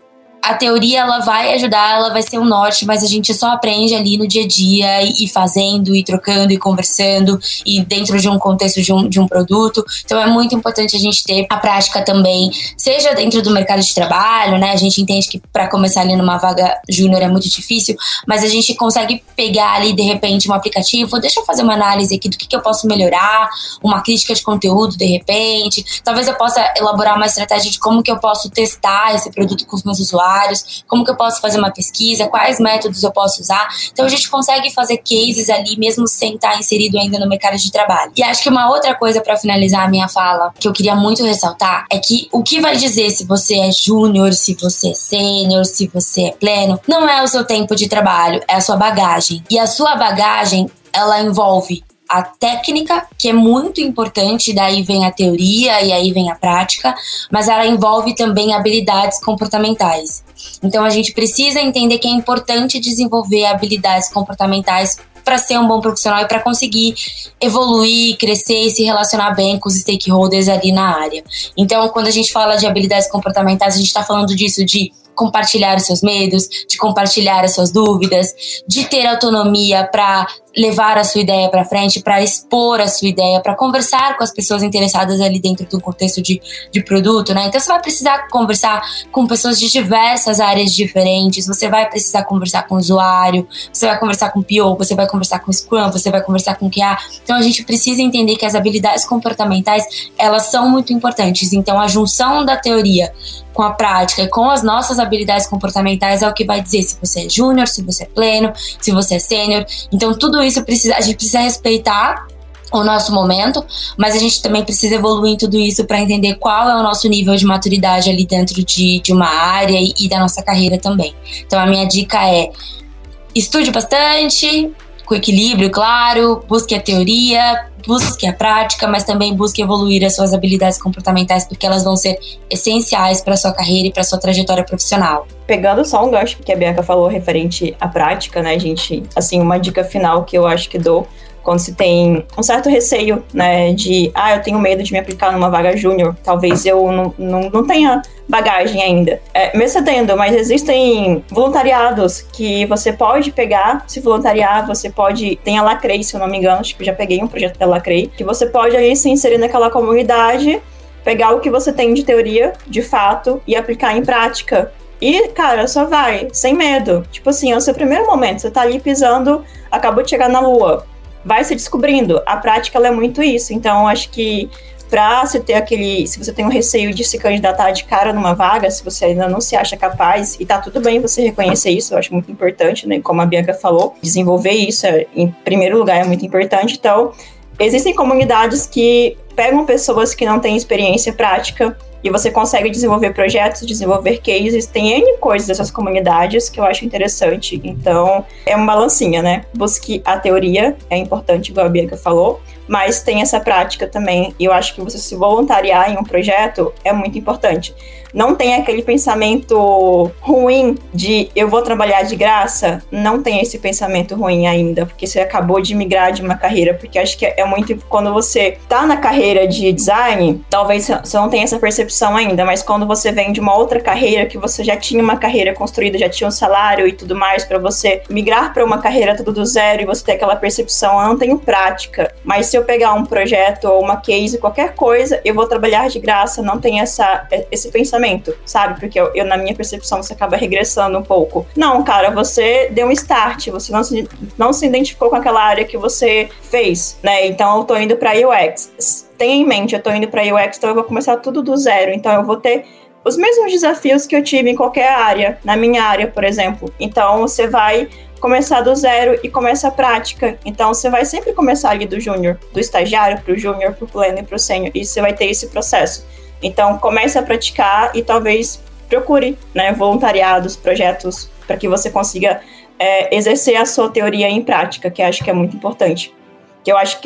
S3: a teoria, ela vai ajudar, ela vai ser um norte, mas a gente só aprende ali no dia a dia e fazendo, e trocando, e conversando, e dentro de um contexto de um produto. Então é muito importante a gente ter a prática também, seja dentro do mercado de trabalho, né? A gente entende que para começar ali numa vaga júnior é muito difícil, mas a gente consegue pegar ali, de repente, um aplicativo, deixa eu fazer uma análise aqui do que eu posso melhorar, uma crítica de conteúdo, de repente. Talvez eu possa elaborar uma estratégia de como que eu posso testar esse produto com os meus usuários, como que eu posso fazer uma pesquisa, quais métodos eu posso usar. Então a gente consegue fazer cases ali, mesmo sem estar inserido ainda no mercado de trabalho. E acho que uma outra coisa para finalizar a minha fala, que eu queria muito ressaltar, é que o que vai dizer se você é júnior, se você é sênior, se você é pleno, não é o seu tempo de trabalho, é a sua bagagem. E a sua bagagem, ela envolve a técnica, que é muito importante, daí vem a teoria e aí vem a prática, mas ela envolve também habilidades comportamentais. Então a gente precisa entender que é importante desenvolver habilidades comportamentais para ser um bom profissional e para conseguir evoluir, crescer e se relacionar bem com os stakeholders ali na área. Então, quando a gente fala de habilidades comportamentais, a gente está falando disso, de compartilhar os seus medos, de compartilhar as suas dúvidas, de ter autonomia para levar a sua ideia para frente, para expor a sua ideia, para conversar com as pessoas interessadas ali dentro do contexto de produto, né? Então você vai precisar conversar com pessoas de diversas áreas diferentes, você vai precisar conversar com o usuário, você vai conversar com o PO, você vai conversar com o Scrum, você vai conversar com o QA. Então a gente precisa entender que as habilidades comportamentais, elas são muito importantes. Então a junção da teoria com a prática e com as nossas habilidades comportamentais é o que vai dizer se você é júnior, se você é pleno, se você é sênior. Então tudo isso a gente precisa respeitar o nosso momento, mas a gente também precisa evoluir em tudo isso para entender qual é o nosso nível de maturidade ali dentro de uma área e da nossa carreira também. Então a minha dica é: estude bastante, com equilíbrio, claro, busque a teoria, busque a prática, mas também busque evoluir as suas habilidades comportamentais, porque elas vão ser essenciais para a sua carreira e para a sua trajetória profissional.
S7: Pegando só um gancho que a Bianca falou referente à prática, né, gente? Assim, uma dica final que eu acho que dou quando se tem um certo receio, né, de, eu tenho medo de me aplicar numa vaga júnior, talvez eu não tenha bagagem ainda. Mesmo tendo, mas existem voluntariados que você pode pegar, se voluntariar, você pode, tem a Lacrei, se eu não me engano, acho que eu já peguei um projeto da Lacrei, que você pode aí se inserir naquela comunidade, pegar o que você tem de teoria, de fato, e aplicar em prática. E, cara, só vai, sem medo. Tipo assim, é o seu primeiro momento, você tá ali pisando, acabou de chegar na lua, vai se descobrindo. A prática, ela é muito isso. Então, acho que pra se ter se você tem um receio de se candidatar de cara numa vaga, se você ainda não se acha capaz, e tá tudo bem você reconhecer isso, eu acho muito importante, né? Como a Bianca falou, desenvolver isso, em primeiro lugar, é muito importante. Então, existem comunidades que pegam pessoas que não têm experiência prática e você consegue desenvolver projetos, desenvolver cases, tem N coisas dessas comunidades que eu acho interessante. Então, é uma balancinha, né? Busque a teoria, é importante, igual a Bianca falou, mas tem essa prática também, e eu acho que você se voluntariar em um projeto é muito importante. Não tem aquele pensamento ruim de eu vou trabalhar de graça, não tem esse pensamento ruim ainda, porque você acabou de migrar de uma carreira, porque acho que é muito, quando você tá na carreira de design, talvez você não tenha essa percepção ainda, mas quando você vem de uma outra carreira, que você já tinha uma carreira construída, já tinha um salário e tudo mais, para você migrar para uma carreira tudo do zero e você ter aquela percepção, eu não tenho prática, mas se eu pegar um projeto ou uma case, qualquer coisa, eu vou trabalhar de graça, não tem esse pensamento, sabe? Porque eu, na minha percepção, você acaba regressando um pouco. Não, cara, você deu um start, você não se identificou com aquela área que você fez, né? Então, eu tô indo pra UX. Tenha em mente, eu tô indo pra UX, então eu vou começar tudo do zero, então eu vou ter os mesmos desafios que eu tive em qualquer área, na minha área, por exemplo. Então, você vai começar do zero e começa a prática. Então, você vai sempre começar ali do júnior, do estagiário pro júnior, pro pleno e pro sênior, e você vai ter esse processo. Então, comece a praticar e talvez procure, né, voluntariados, projetos, para que você consiga exercer a sua teoria em prática, que eu acho que é muito importante. Que eu acho que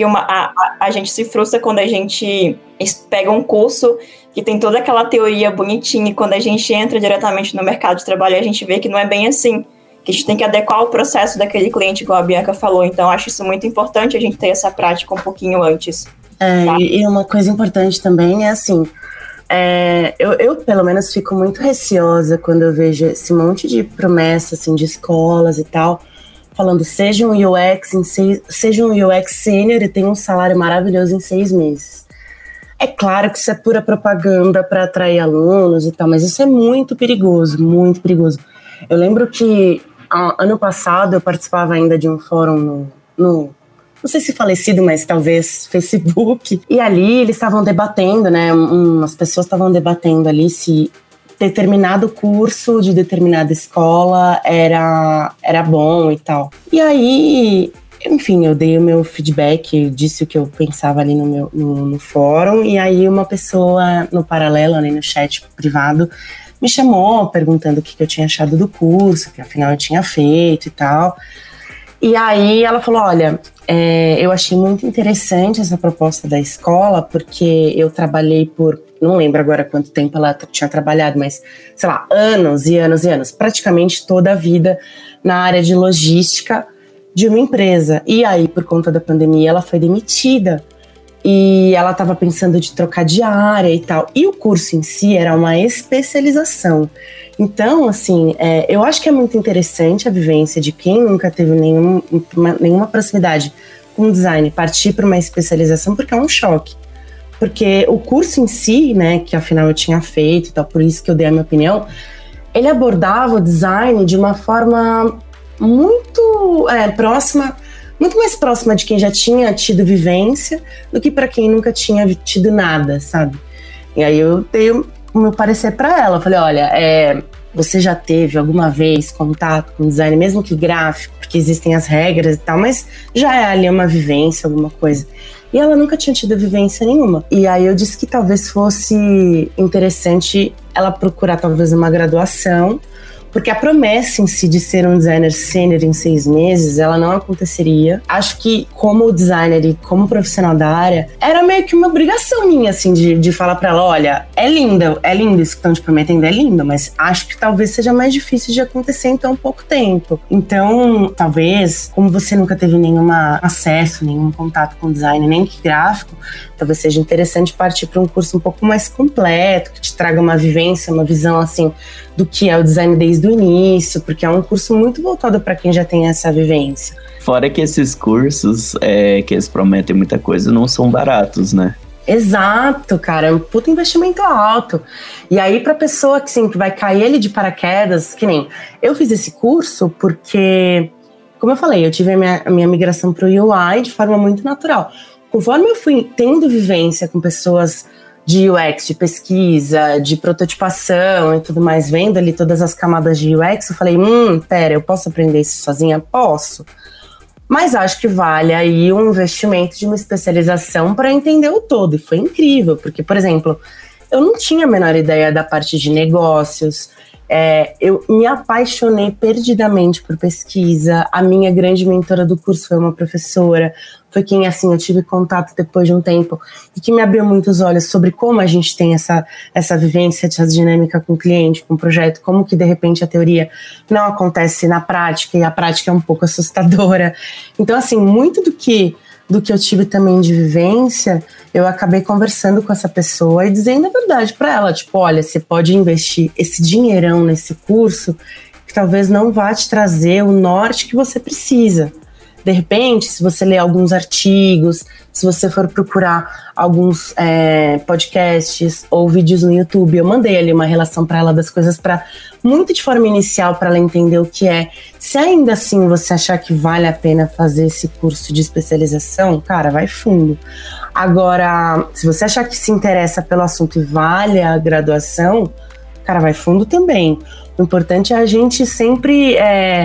S7: a gente se frustra quando a gente pega um curso que tem toda aquela teoria bonitinha, e quando a gente entra diretamente no mercado de trabalho, a gente vê que não é bem assim, que a gente tem que adequar o processo daquele cliente, igual a Bianca falou. Então, acho isso muito importante, a gente ter essa prática um pouquinho antes.
S6: Tá? E uma coisa importante também é assim, eu pelo menos fico muito receosa quando eu vejo esse monte de promessa, assim, de escolas e tal, falando, seja um UX sênior e tenha um salário maravilhoso em 6 meses. É claro que isso é pura propaganda para atrair alunos e tal, mas isso é muito perigoso, muito perigoso. Eu lembro que ano passado eu participava ainda de um fórum no não sei se falecido, mas talvez Facebook, e ali eles estavam debatendo, né, as pessoas estavam debatendo ali se determinado curso de determinada escola era bom e tal. E aí, enfim, eu dei o meu feedback, disse o que eu pensava ali no fórum, e aí uma pessoa no paralelo, ali no chat privado, me chamou perguntando o que eu tinha achado do curso, que afinal eu tinha feito e tal. E aí ela falou, olha, eu achei muito interessante essa proposta da escola, porque eu trabalhei não lembro agora quanto tempo ela tinha trabalhado, mas, sei lá, anos e anos e anos, praticamente toda a vida na área de logística de uma empresa. E aí, por conta da pandemia, ela foi demitida. E ela estava pensando de trocar de área e tal. E o curso em si era uma especialização. Então, assim, eu acho que é muito interessante a vivência de quem nunca teve nenhuma proximidade com design partir para uma especialização, porque é um choque. Porque o curso em si, né, que afinal eu tinha feito e tal, por isso que eu dei a minha opinião, ele abordava o design de uma forma muito próxima, muito mais próxima de quem já tinha tido vivência do que para quem nunca tinha tido nada, sabe? E aí eu dei o meu parecer para ela. Eu falei, olha, você já teve alguma vez contato com design, mesmo que gráfico, porque existem as regras e tal, mas já é ali uma vivência, alguma coisa. E ela nunca tinha tido vivência nenhuma. E aí eu disse que talvez fosse interessante ela procurar talvez uma graduação, porque a promessa em si de ser um designer sênior em 6 meses, ela não aconteceria. Acho que como designer e como profissional da área, era meio que uma obrigação minha, assim, de falar pra ela, olha, é lindo isso que estão te prometendo, é lindo, mas acho que talvez seja mais difícil de acontecer em tão pouco tempo. Então, talvez, como você nunca teve nenhum acesso, nenhum contato com design, nem que gráfico, talvez seja interessante partir para um curso um pouco mais completo, que te traga uma vivência, uma visão, assim, do que é o design desde o início, porque é um curso muito voltado para quem já tem essa vivência.
S4: Fora que esses cursos que eles prometem muita coisa não são baratos, né?
S6: Exato, cara, é um puto investimento alto. E aí pra pessoa que, assim, que vai cair ele de paraquedas, que nem eu fiz esse curso porque, como eu falei, eu tive a minha migração pro UI de forma muito natural. Conforme eu fui tendo vivência com pessoas de UX, de pesquisa, de prototipação e tudo mais, vendo ali todas as camadas de UX, eu falei, pera, eu posso aprender isso sozinha? Posso. Mas acho que vale aí um investimento de uma especialização para entender o todo. E foi incrível, porque, por exemplo, eu não tinha a menor ideia da parte de negócios. Eu me apaixonei perdidamente por pesquisa. A minha grande mentora do curso foi uma professora, foi quem, assim, eu tive contato depois de um tempo e que me abriu muitos olhos sobre como a gente tem essa vivência, essa dinâmica com o cliente, com o projeto, como que de repente a teoria não acontece na prática e a prática é um pouco assustadora. Então, assim, muito do que eu tive também de vivência, eu acabei conversando com essa pessoa e dizendo a verdade para ela, tipo, olha, você pode investir esse dinheirão nesse curso que talvez não vá te trazer o norte que você precisa. De repente, se você ler alguns artigos, se você for procurar alguns podcasts ou vídeos no YouTube, eu mandei ali uma relação para ela das coisas muito de forma inicial para ela entender o que é. Se ainda assim você achar que vale a pena fazer esse curso de especialização, cara, vai fundo. Agora, se você achar que se interessa pelo assunto e vale a graduação, cara, vai fundo também. O importante é a gente sempre,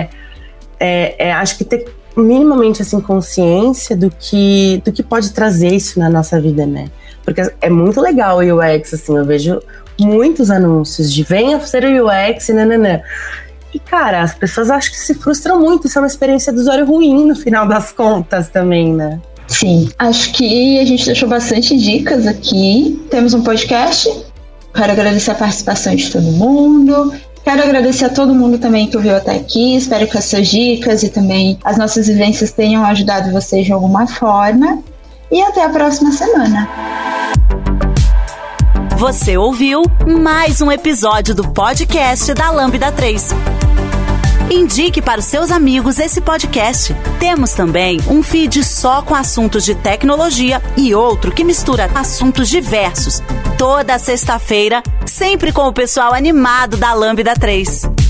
S6: acho que ter minimamente, assim, consciência do que pode trazer isso na nossa vida, né? Porque é muito legal o UX, assim, eu vejo muitos anúncios de venha ser o UX e nananã. E, cara, as pessoas acho que se frustram muito, isso é uma experiência do usuário ruim no final das contas também, né?
S2: Sim, acho que a gente deixou bastante dicas aqui. Temos um podcast. Quero agradecer a participação de todo mundo. Quero agradecer a todo mundo também que ouviu até aqui. Espero que essas dicas e também as nossas vivências tenham ajudado vocês de alguma forma. E até a próxima semana.
S1: Você ouviu mais um episódio do podcast da Lambda 3. Indique para os seus amigos esse podcast. Temos também um feed só com assuntos de tecnologia e outro que mistura assuntos diversos. Toda sexta-feira, sempre com o pessoal animado da Lambda 3.